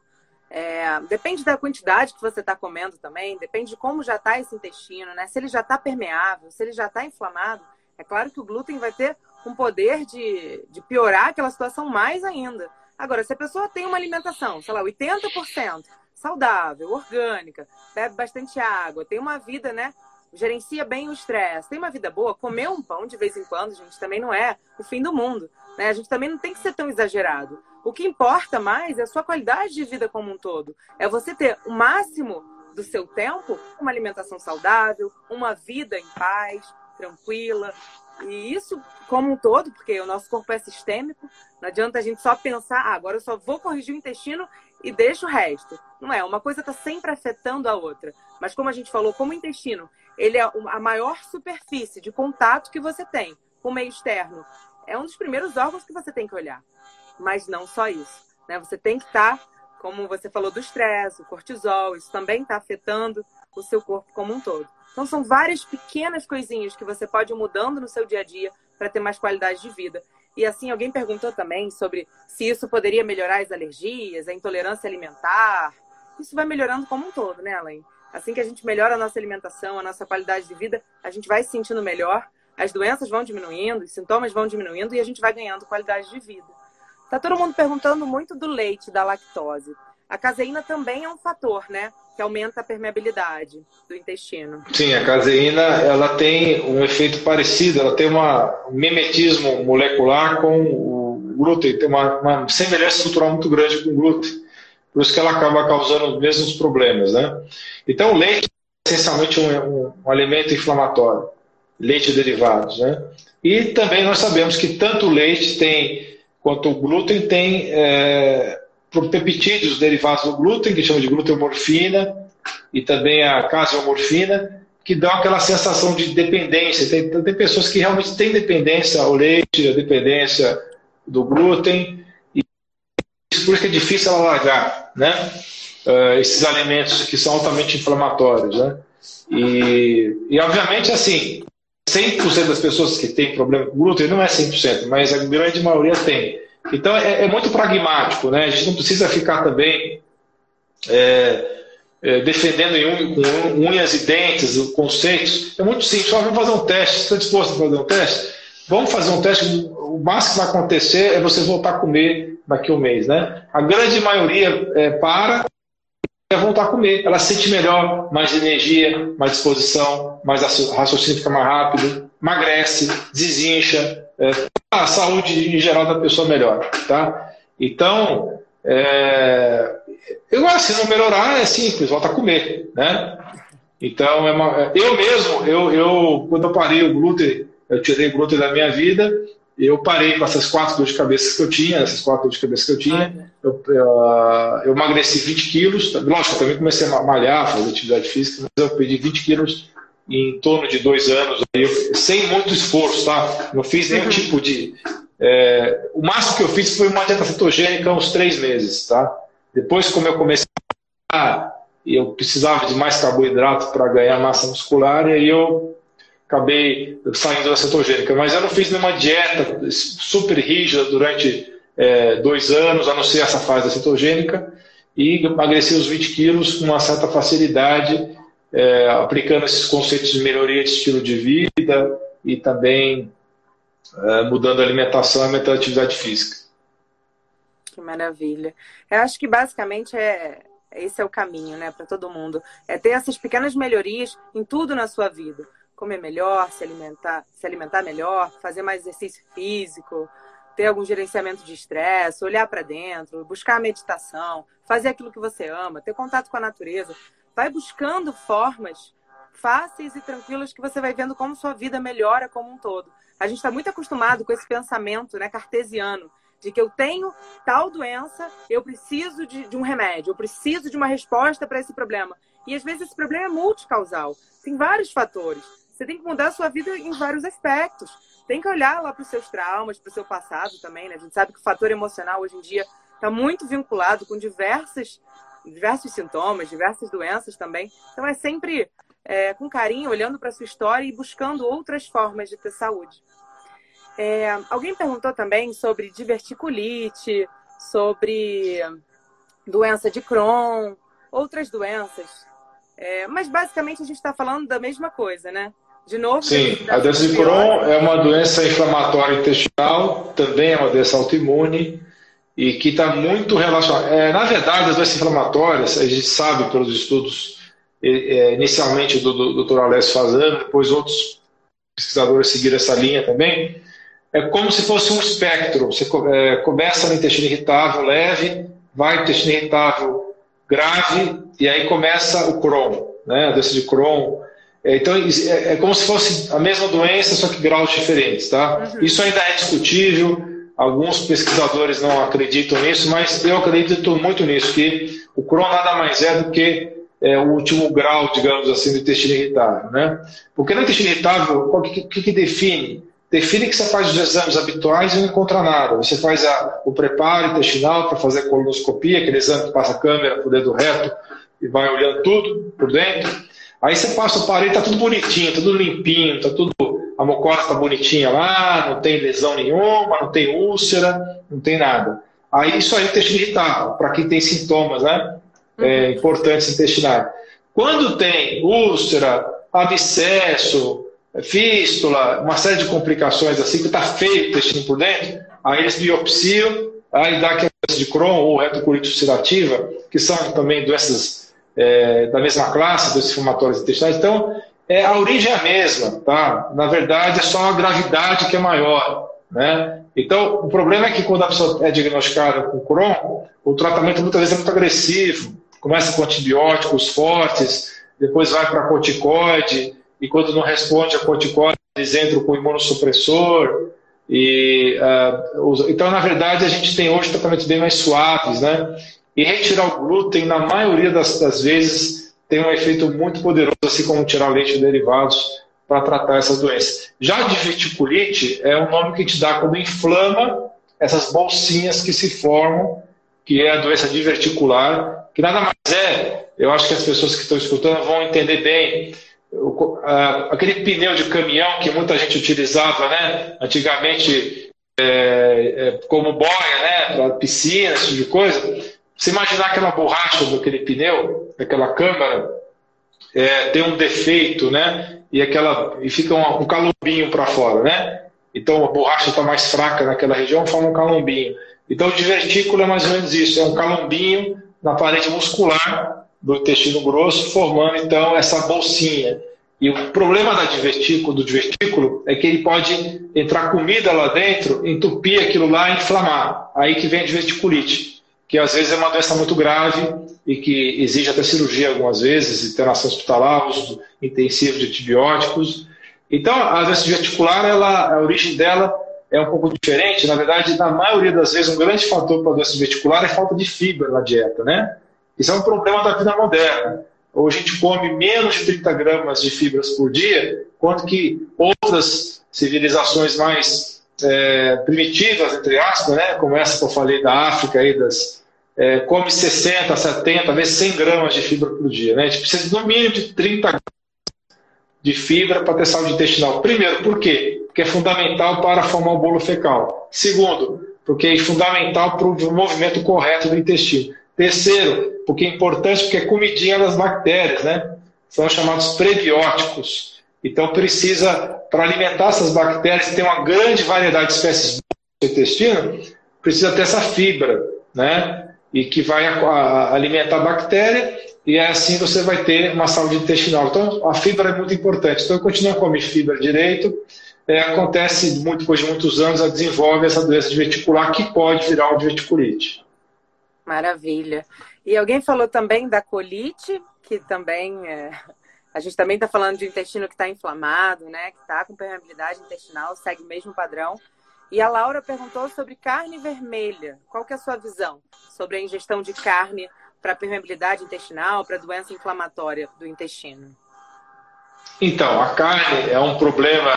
depende da quantidade que você está comendo também, depende de como já está esse intestino, né? Se ele já está permeável, se ele já está inflamado, é claro que o glúten vai ter um poder de piorar aquela situação mais ainda. Agora, se a pessoa tem uma alimentação, sei lá, 80% saudável, orgânica, bebe bastante água, tem uma vida, né? Gerencia bem o estresse, tem uma vida boa, comer um pão de vez em quando, gente, também não é o fim do mundo, né? A gente também não tem que ser tão exagerado. O que importa mais é a sua qualidade de vida como um todo. É você ter o máximo do seu tempo, uma alimentação saudável, uma vida em paz, tranquila. E isso como um todo, porque o nosso corpo é sistêmico, não adianta a gente só pensar, agora eu só vou corrigir o intestino e deixo o resto. Não é, uma coisa está sempre afetando a outra. Mas como a gente falou, como o intestino, ele é a maior superfície de contato que você tem com o meio externo. É um dos primeiros órgãos que você tem que olhar. Mas não só isso, né? Você tem que estar, como você falou do estresse, o cortisol, isso também está afetando o seu corpo como um todo. Então são várias pequenas coisinhas que você pode ir mudando no seu dia a dia para ter mais qualidade de vida. E assim, alguém perguntou também sobre se isso poderia melhorar as alergias, a intolerância alimentar. Isso vai melhorando como um todo, né, Alain? Assim que a gente melhora a nossa alimentação, a nossa qualidade de vida, a gente vai se sentindo melhor, as doenças vão diminuindo, os sintomas vão diminuindo e a gente vai ganhando qualidade de vida. Tá todo mundo perguntando muito do leite, da lactose. A caseína também é um fator, né? Que aumenta a permeabilidade do intestino. Sim, a caseína ela tem um efeito parecido, ela tem um mimetismo molecular com o glúten, tem uma semelhança estrutural muito grande com o glúten, por isso que ela acaba causando os mesmos problemas, né? Então o leite é essencialmente um alimento inflamatório, leite e derivados, né? E também nós sabemos que tanto o leite quanto o glúten tem peptídeos derivados do glúten, que chama de gluteomorfina, e também a caseomorfina, que dão aquela sensação de dependência. Tem pessoas que realmente têm dependência ao leite, a dependência do glúten, e por isso que é difícil ela largar, né? Esses alimentos que são altamente inflamatórios, né? E obviamente, assim, 100% das pessoas que têm problema com glúten, não é 100%, mas a grande maioria tem. Então, é muito pragmático, né? A gente não precisa ficar também defendendo com unhas e dentes conceitos. É muito simples, só vamos fazer um teste. Está disposto a fazer um teste? Vamos fazer um teste. O máximo que vai acontecer é você voltar a comer daqui a um mês, né? A grande maioria para e voltar a comer. Ela se sente melhor, mais energia, mais disposição, mais raciocínio fica mais rápido, emagrece, desincha, a saúde em geral da pessoa melhora, tá? Então, se não melhorar, é simples, volta a comer, né? Então, eu mesmo, quando eu parei o glúten, eu tirei o glúten da minha vida, eu parei com essas 4 dores de cabeça que eu tinha, eu emagreci 20 quilos, lógico, eu também comecei a malhar, fazer atividade física, mas eu perdi 20 quilos em torno de 2 anos, sem muito esforço, tá? Não fiz nenhum tipo de... o máximo que eu fiz foi uma dieta cetogênica uns 3 meses, tá? Depois, como eu comecei eu precisava de mais carboidrato para ganhar massa muscular, e aí eu acabei saindo da cetogênica. Mas eu não fiz nenhuma dieta super rígida durante 2 anos, a não ser essa fase da cetogênica, e emagreci os 20 quilos com uma certa facilidade, aplicando esses conceitos de melhoria de estilo de vida e também mudando a alimentação e aumentando a atividade física. Que maravilha. Eu acho que basicamente esse é o caminho, né, para todo mundo. É ter essas pequenas melhorias em tudo na sua vida. Comer melhor, se alimentar melhor, fazer mais exercício físico, ter algum gerenciamento de estresse, olhar para dentro, buscar a meditação, fazer aquilo que você ama, ter contato com a natureza. Vai buscando formas fáceis e tranquilas que você vai vendo como sua vida melhora como um todo. A gente está muito acostumado com esse pensamento, né, cartesiano, de que eu tenho tal doença, eu preciso de um remédio, eu preciso de uma resposta para esse problema. E às vezes esse problema é multicausal. Tem vários fatores. Você tem que mudar a sua vida em vários aspectos. Tem que olhar lá para os seus traumas, para o seu passado também, né? A gente sabe que o fator emocional hoje em dia está muito vinculado com diversos sintomas, diversas doenças também. Então é sempre com carinho, olhando para a sua história e buscando outras formas de ter saúde. Alguém perguntou também sobre diverticulite, sobre doença de Crohn, outras doenças. Mas basicamente a gente está falando da mesma coisa, né? De novo. Sim, a doença de Crohn é uma doença inflamatória intestinal, também é uma doença autoimune e que está muito relacionada. Na verdade, as doenças inflamatórias, a gente sabe pelos estudos, inicialmente do Dr. Alessio Fasano, depois outros pesquisadores seguiram essa linha também. É como se fosse um espectro. Você começa no intestino irritável leve, vai no intestino irritável grave, e aí começa o Crohn, né? A doença de Crohn. Então, é como se fosse a mesma doença, só que graus diferentes, tá? Uhum. Isso ainda é discutível, alguns pesquisadores não acreditam nisso, mas eu acredito muito nisso, que o Crohn nada mais é do que o último grau, digamos assim, do intestino irritável, né? Porque no intestino irritável, o que define? Define que você faz os exames habituais e não encontra nada. Você faz o preparo intestinal para fazer a colonoscopia, aquele exame que passa a câmera por dentro do reto e vai olhando tudo por dentro. Aí você passa o aparelho, está tudo bonitinho, tudo limpinho, a mucosa está bonitinha lá, não tem lesão nenhuma, não tem úlcera, não tem nada. Aí isso aí é intestino irritável, para quem tem sintomas, né? Importantes intestinais. Quando tem úlcera, abscesso, fístula, uma série de complicações assim, que está feio o intestino por dentro, aí eles biopsiam, aí dá aquela doença de Crohn ou retocolite ulcerativa, que são também doenças da mesma classe, doenças inflamatórias intestinais. Então, a origem é a mesma, tá? Na verdade, é só a gravidade que é maior, né? Então, o problema é que quando a pessoa é diagnosticada com Crohn, o tratamento muitas vezes é muito agressivo, começa com antibióticos fortes, depois vai para corticoide, e quando não responde a corticoide, eles entram com imunossupressor. Então, na verdade, a gente tem hoje tratamentos bem mais suaves, né? E retirar o glúten, na maioria das vezes, tem um efeito muito poderoso, assim como tirar leite de derivados para tratar essas doenças. Já a diverticulite é um nome que a gente dá quando inflama essas bolsinhas que se formam, que é a doença diverticular, que nada mais eu acho que as pessoas que estão escutando vão entender bem. aquele pneu de caminhão que muita gente utilizava, né, antigamente, como boia, né, para piscina, esse tipo de coisa. Você imaginar aquela borracha daquele pneu, daquela câmara, tem um defeito, né, e fica um calombinho para fora, né? Então a borracha está mais fraca naquela região, forma um calombinho. Então o divertículo é mais ou menos isso, é um calombinho na parede muscular do intestino grosso, formando então essa bolsinha. E o problema do divertículo é que ele pode entrar comida lá dentro, entupir aquilo lá e inflamar. Aí que vem a diverticulite, que às vezes é uma doença muito grave e que exige até cirurgia algumas vezes, internação hospitalar, uso intensivo de antibióticos. Então, a doença diverticular, a origem dela é um pouco diferente. Na verdade, na maioria das vezes, um grande fator para a doença diverticular é a falta de fibra na dieta, né? Isso é um problema da vida moderna. Hoje a gente come menos de 30 gramas de fibras por dia, enquanto que outras civilizações mais primitivas, entre aspas, né, como essa que eu falei da África, aí come 60, 70, às vezes 100 gramas de fibra por dia. Né? A gente precisa no mínimo de 30 gramas de fibra para ter saúde intestinal. Primeiro, por quê? Porque é fundamental para formar o bolo fecal. Segundo, porque é fundamental para o movimento correto do intestino. Terceiro, porque é importante porque é comidinha das bactérias, né? São chamados prebióticos. Então precisa, para alimentar essas bactérias, que tem uma grande variedade de espécies no intestino, precisa ter essa fibra, né? E que vai alimentar a bactéria, e assim você vai ter uma saúde intestinal. Então a fibra é muito importante. Então continua a comer fibra direito. Acontece, depois de muitos anos, ela desenvolve essa doença diverticular que pode virar uma diverticulite. Maravilha. E alguém falou também da colite, que também a gente também está falando de intestino que está inflamado, né? Que está com permeabilidade intestinal, segue o mesmo padrão. E a Laura perguntou sobre carne vermelha. Qual que é a sua visão sobre a ingestão de carne para permeabilidade intestinal, para doença inflamatória do intestino? Então, a carne é um problema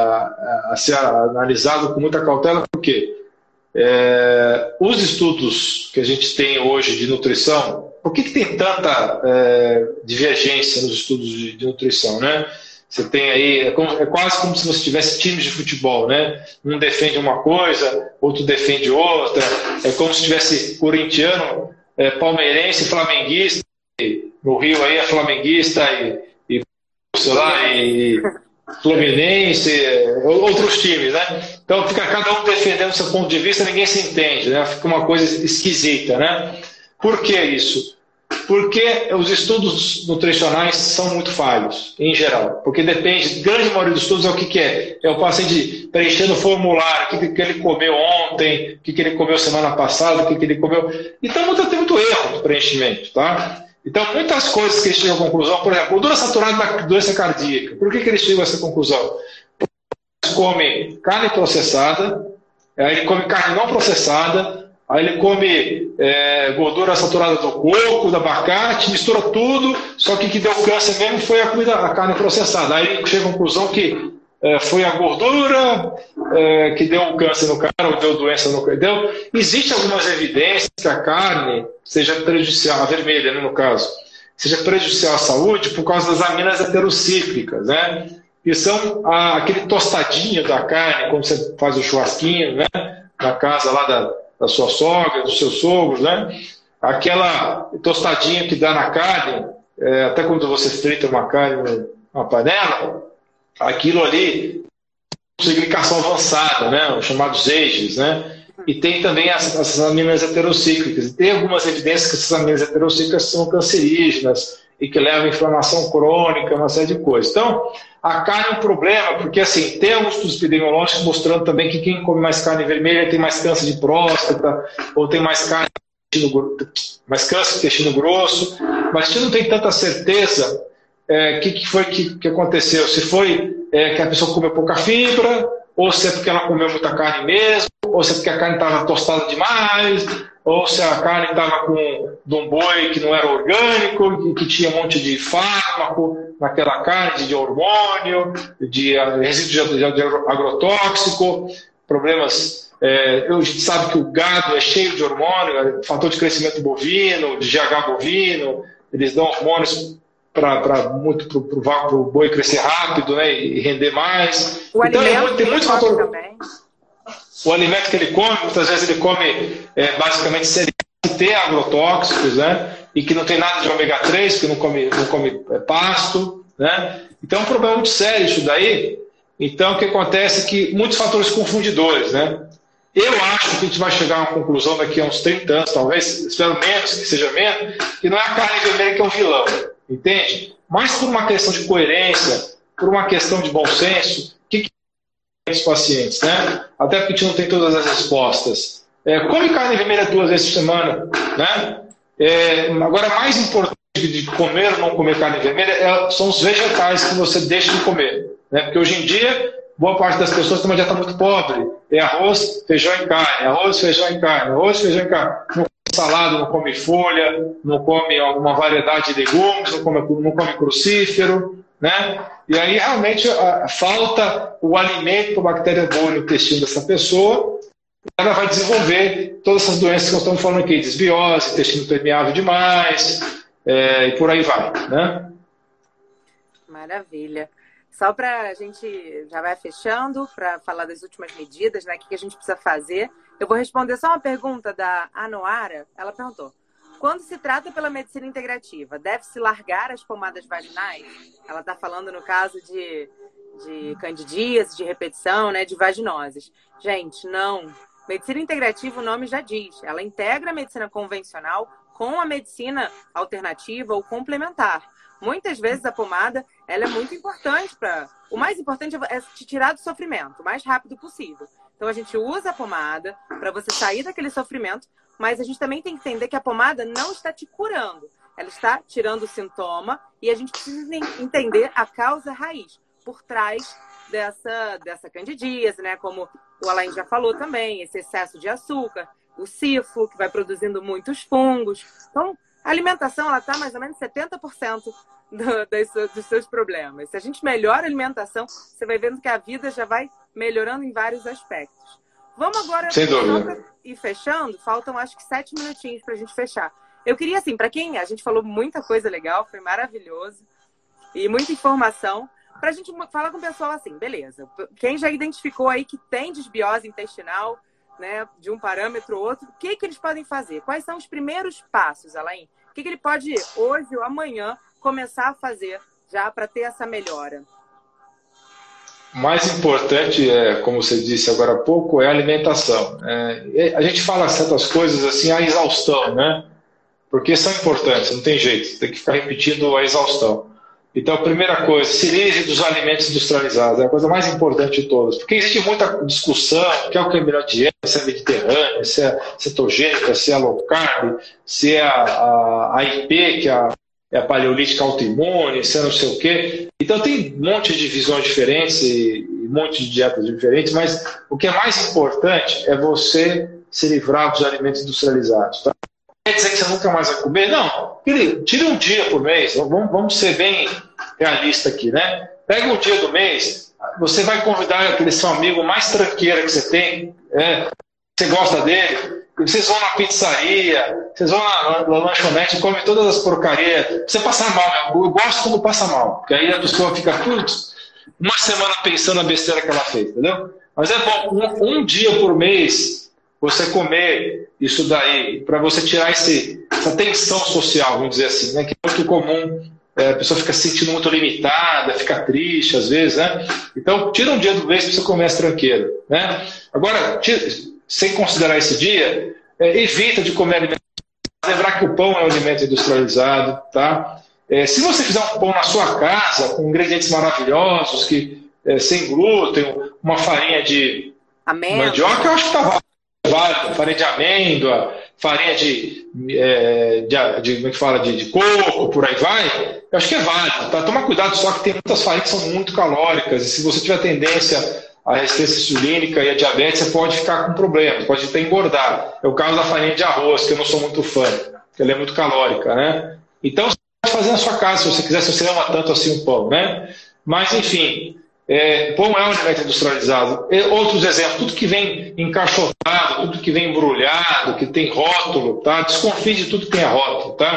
a ser analisado com muita cautela, por quê? Os estudos que a gente tem hoje de nutrição, por que tem tanta divergência nos estudos de nutrição, né? Você tem aí, é quase como se você tivesse times de futebol, né? Um defende uma coisa, outro defende outra, é como se tivesse corintiano, palmeirense, flamenguista, no Rio aí é flamenguista e sei lá, e Fluminense, outros times, né? Então fica cada um defendendo seu ponto de vista, ninguém se entende, né? Fica uma coisa esquisita, né? Por que isso? Porque os estudos nutricionais são muito falhos, em geral. Porque depende, grande maioria dos estudos é o que é. É o paciente preenchendo o formulário, o que ele comeu ontem, o que ele comeu semana passada, o que ele comeu. Então tem muito erro no preenchimento, tá? Então, muitas coisas que eles chegam à conclusão, por exemplo, gordura saturada da doença cardíaca. Por que eles chegam a essa conclusão? Eles comem carne processada, aí ele come carne não processada, aí ele come gordura saturada do coco, do abacate, mistura tudo, só que o que deu câncer mesmo foi a carne processada. Aí ele chega à conclusão que foi a gordura que deu um câncer no cara, ou deu doença no cara. Existem algumas evidências que a carne seja prejudicial, a vermelha, né, no caso, seja prejudicial à saúde por causa das aminas heterocíclicas, né? Que são aquele tostadinho da carne, quando você faz o churrasquinho, né? Na casa lá da sua sogra, dos seus sogros, né? Aquela tostadinha que dá na carne, até quando você frita uma carne numa panela, aquilo ali é glicação avançada, né? Os chamados EIGES, né? E tem também as aminas heterocíclicas. Tem algumas evidências que essas aminas heterocíclicas são cancerígenas e que levam a inflamação crônica, uma série de coisas. Então, a carne é um problema, porque assim, tem alguns estudos epidemiológicos mostrando também que quem come mais carne vermelha tem mais câncer de próstata, ou tem mais mais câncer de intestino grosso, mas a gente não tem tanta certeza que foi que aconteceu. Se foi que a pessoa comeu pouca fibra, ou se é porque ela comeu muita carne mesmo, ou se é porque a carne estava tostada demais, ou se a carne estava de um boi que não era orgânico, e que tinha um monte de fármaco naquela carne, de hormônio, de resíduo de agrotóxico, problemas. A gente sabe que o gado é cheio de hormônio, fator de crescimento bovino, de GH bovino, eles dão hormônios o boi crescer rápido, né, e render mais. O então, alimento tem muitos fatores. Também. O alimento que ele come, muitas vezes ele come basicamente cereais que tem agrotóxicos, né, e que não tem nada de ômega 3, porque não come pasto, né. Então é um problema muito sério isso daí. Então o que acontece é que muitos fatores confundidores, né. Eu acho que a gente vai chegar a uma conclusão daqui a uns 30 anos, talvez, espero menos, que seja menos, que não é a carne vermelha que é o vilão, entende? Mas por uma questão de coerência, por uma questão de bom senso, o que os pacientes, né? Até porque a gente não tem todas as respostas. Come carne vermelha 2 vezes por semana, né? Agora, mais importante de comer ou não comer carne vermelha são os vegetais que você deixa de comer, né? Porque hoje em dia, boa parte das pessoas tem uma dieta muito pobre. É arroz, feijão e carne, arroz, feijão e carne, arroz, feijão e carne. Não come salada, não come folha, não come uma variedade de legumes, não come crucífero, né? E aí realmente falta o alimento para a bactéria boa no intestino dessa pessoa, e ela vai desenvolver todas essas doenças que nós estamos falando aqui, desbiose, intestino permeável demais, e por aí vai, né? Maravilha. Só para a gente já vai fechando, para falar das últimas medidas, né? O que a gente precisa fazer. Eu vou responder só uma pergunta da Anoara. Ela perguntou: quando se trata pela medicina integrativa, deve-se largar as pomadas vaginais? Ela está falando no caso de candidíase, de repetição, né? De vaginoses. Gente, não. Medicina integrativa, o nome já diz. Ela integra a medicina convencional com a medicina alternativa ou complementar. Muitas vezes a pomada, ela é muito importante para... O mais importante é te tirar do sofrimento o mais rápido possível. Então a gente usa a pomada para você sair daquele sofrimento, mas a gente também tem que entender que a pomada não está te curando. Ela está tirando o sintoma e a gente precisa entender a causa raiz por trás dessa candidíase, né? Como o Alain já falou também, esse excesso de açúcar, o sifo, que vai produzindo muitos fungos. Então, a alimentação, ela está mais ou menos 70% dos seus problemas. Se a gente melhora a alimentação, você vai vendo que a vida já vai melhorando em vários aspectos. Vamos agora, sem dúvida, para ir fechando. Faltam, acho que 7 minutinhos para a gente fechar. Eu queria, assim, para quem... A gente falou muita coisa legal, foi maravilhoso. E muita informação. Para a gente falar com o pessoal assim, beleza. Quem já identificou aí que tem desbiose intestinal, né, de um parâmetro ou outro, o que eles podem fazer? Quais são os primeiros passos, Alain? O que ele pode, hoje ou amanhã, começar a fazer já para ter essa melhora? O mais importante, como você disse agora há pouco, é a alimentação. A gente fala certas coisas assim à exaustão, né? Porque são importantes, não tem jeito, tem que ficar repetindo a exaustão. Então, a primeira coisa, se livre dos alimentos industrializados, é a coisa mais importante de todas. Porque existe muita discussão, que é o que é a melhor dieta, se é mediterrânea, se é cetogênica, se é low carb, se é a IP, que é a paleolítica autoimune, se é não sei o quê. Então, tem um monte de visões diferentes e um monte de dietas diferentes, mas o que é mais importante é você se livrar dos alimentos industrializados, tá? Quer dizer que você nunca mais vai comer? Não. Tire um dia por mês. Vamos ser bem realistas aqui, né? Pega um dia do mês, você vai convidar aquele seu amigo mais tranqueira que você tem, você gosta dele, e vocês vão na pizzaria, vocês vão na lanchonete, come todas as porcarias. Você passa mal, eu gosto quando passa mal, porque aí a pessoa fica uma semana pensando na besteira que ela fez, entendeu? Mas é bom, um dia por mês, você comer isso daí, para você tirar essa tensão social, vamos dizer assim, né, que é muito comum, a pessoa fica se sentindo muito limitada, fica triste às vezes, né? Então, tira um dia do mês para você comer mais tranquilo, né? Agora, sem considerar esse dia, evita de comer alimentos. Lembrar que o pão é um alimento industrializado, tá? Se você fizer um pão na sua casa, com ingredientes maravilhosos, sem glúten, uma farinha de mandioca, eu acho que tá válido. Farinha de amêndoa, farinha de como é que fala, de coco, por aí vai, eu acho que é válido, tá? Toma cuidado só que tem muitas farinhas que são muito calóricas, e se você tiver tendência à resistência insulínica e à diabetes, você pode ficar com problemas, pode até engordar. É o caso da farinha de arroz, que eu não sou muito fã, porque ela é muito calórica, né? Então você pode fazer na sua casa, se você quiser, se você ama tanto assim o pão, né? Mas enfim, pão é um alimento industrializado. Outros exemplos, tudo que vem encaixotado, tudo que vem embrulhado, que tem rótulo, tá? Desconfie de tudo que tem rótulo, tá?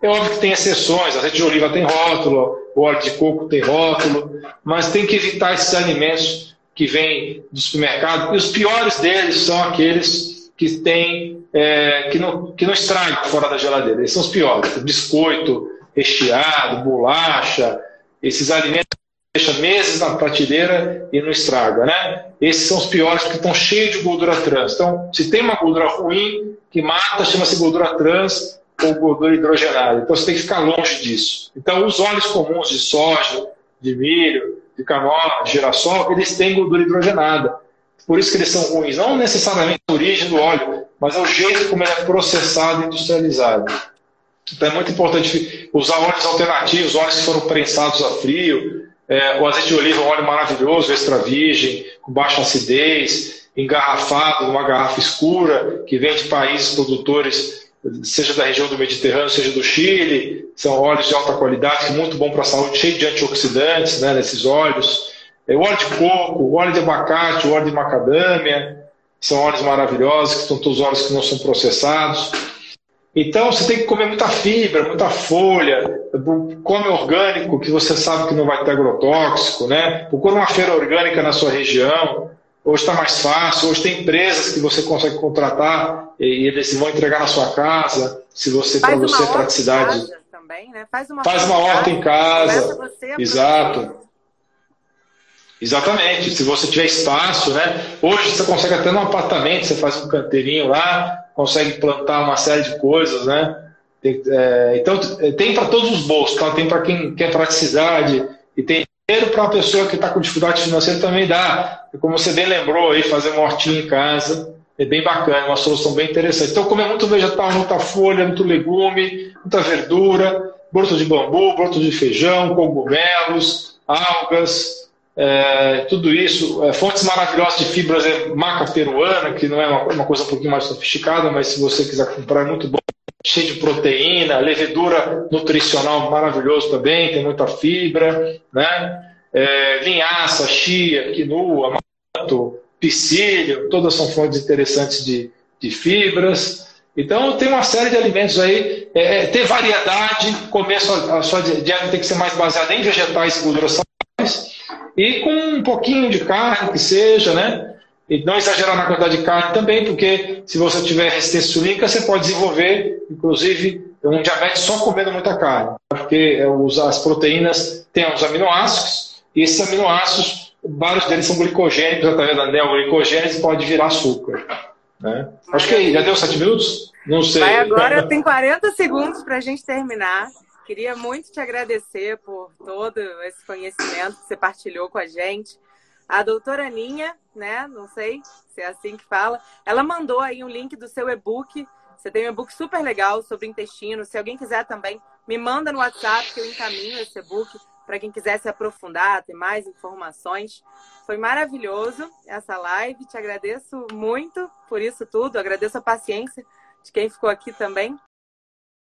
É óbvio que tem exceções, azeite de oliva tem rótulo, o óleo de coco tem rótulo, mas tem que evitar esses alimentos que vêm do supermercado. E os piores deles são aqueles que têm, que não estragam fora da geladeira. Esses são os piores. Biscoito recheado, bolacha, esses alimentos que deixam meses na prateleira e não estraga, né? Esses são os piores porque estão cheios de gordura trans. Então, se tem uma gordura ruim que mata, chama-se gordura trans ou gordura hidrogenada. Então, você tem que ficar longe disso. Então, os óleos comuns de soja, de milho, de canola, de girassol, eles têm gordura hidrogenada. Por isso que eles são ruins. Não necessariamente a origem do óleo, mas é o jeito como ele é processado e industrializado. Então, é muito importante usar óleos alternativos, óleos que foram prensados a frio. O azeite de oliva é um óleo maravilhoso, extra virgem, com baixa acidez, engarrafado numa garrafa escura, que vem de países produtores, seja da região do Mediterrâneo, seja do Chile. São óleos de alta qualidade, que é muito bom para a saúde, cheio de antioxidantes, né, nesses óleos. O óleo de coco, o óleo de abacate, o óleo de macadâmia, são óleos maravilhosos, que são todos óleos que não são processados. Então, você tem que comer muita fibra, muita folha, come orgânico, que você sabe que não vai ter agrotóxico, né? Procura uma feira orgânica na sua região. Hoje está mais fácil, hoje tem empresas que você consegue contratar e eles vão entregar na sua casa, se você para você praticidade. Também, né? Faz uma horta em casa. Exato. Exatamente, se você tiver espaço, né? Hoje você consegue até num apartamento, você faz um canteirinho lá, consegue plantar uma série de coisas, né? Então, tem para todos os bolsos, tá? Tem para quem quer praticidade e tem dinheiro para uma pessoa que está com dificuldade financeira também dá. Como você bem lembrou aí, fazer uma hortinha em casa é bem bacana, uma solução bem interessante. Então, comer muito vegetal, muita folha, muito legume, muita verdura, broto de bambu, broto de feijão, cogumelos, algas. Tudo isso, fontes maravilhosas de fibras, maca peruana, que não é uma coisa um pouquinho mais sofisticada, mas se você quiser comprar é muito bom, cheio de proteína, levedura nutricional maravilhoso também, tem muita fibra, né? Linhaça, chia, quinoa, amaranto, psyllium, todas são fontes interessantes de fibras. Então tem uma série de alimentos aí, ter variedade, a sua dieta tem que ser mais baseada em vegetais e gorduras saudáveis, e com um pouquinho de carne, que seja, né? E não exagerar na quantidade de carne também, porque se você tiver resistência insulínica, você pode desenvolver, inclusive, um diabetes só comendo muita carne. Porque as proteínas têm os aminoácidos, e esses aminoácidos, vários deles são glicogênicos, através da neoglicogênese, pode virar açúcar. Né? Acho que já deu 7 minutos? Não sei. Vai agora, tem 40 segundos para a gente terminar. Queria muito te agradecer por todo esse conhecimento que você partilhou com a gente. A doutora Aninha, né? Não sei se é assim que fala. Ela mandou aí um link do seu e-book. Você tem um e-book super legal sobre intestino. Se alguém quiser também, me manda no WhatsApp que eu encaminho esse e-book para quem quiser se aprofundar, ter mais informações. Foi maravilhoso essa live. Te agradeço muito por isso tudo. Agradeço a paciência de quem ficou aqui também.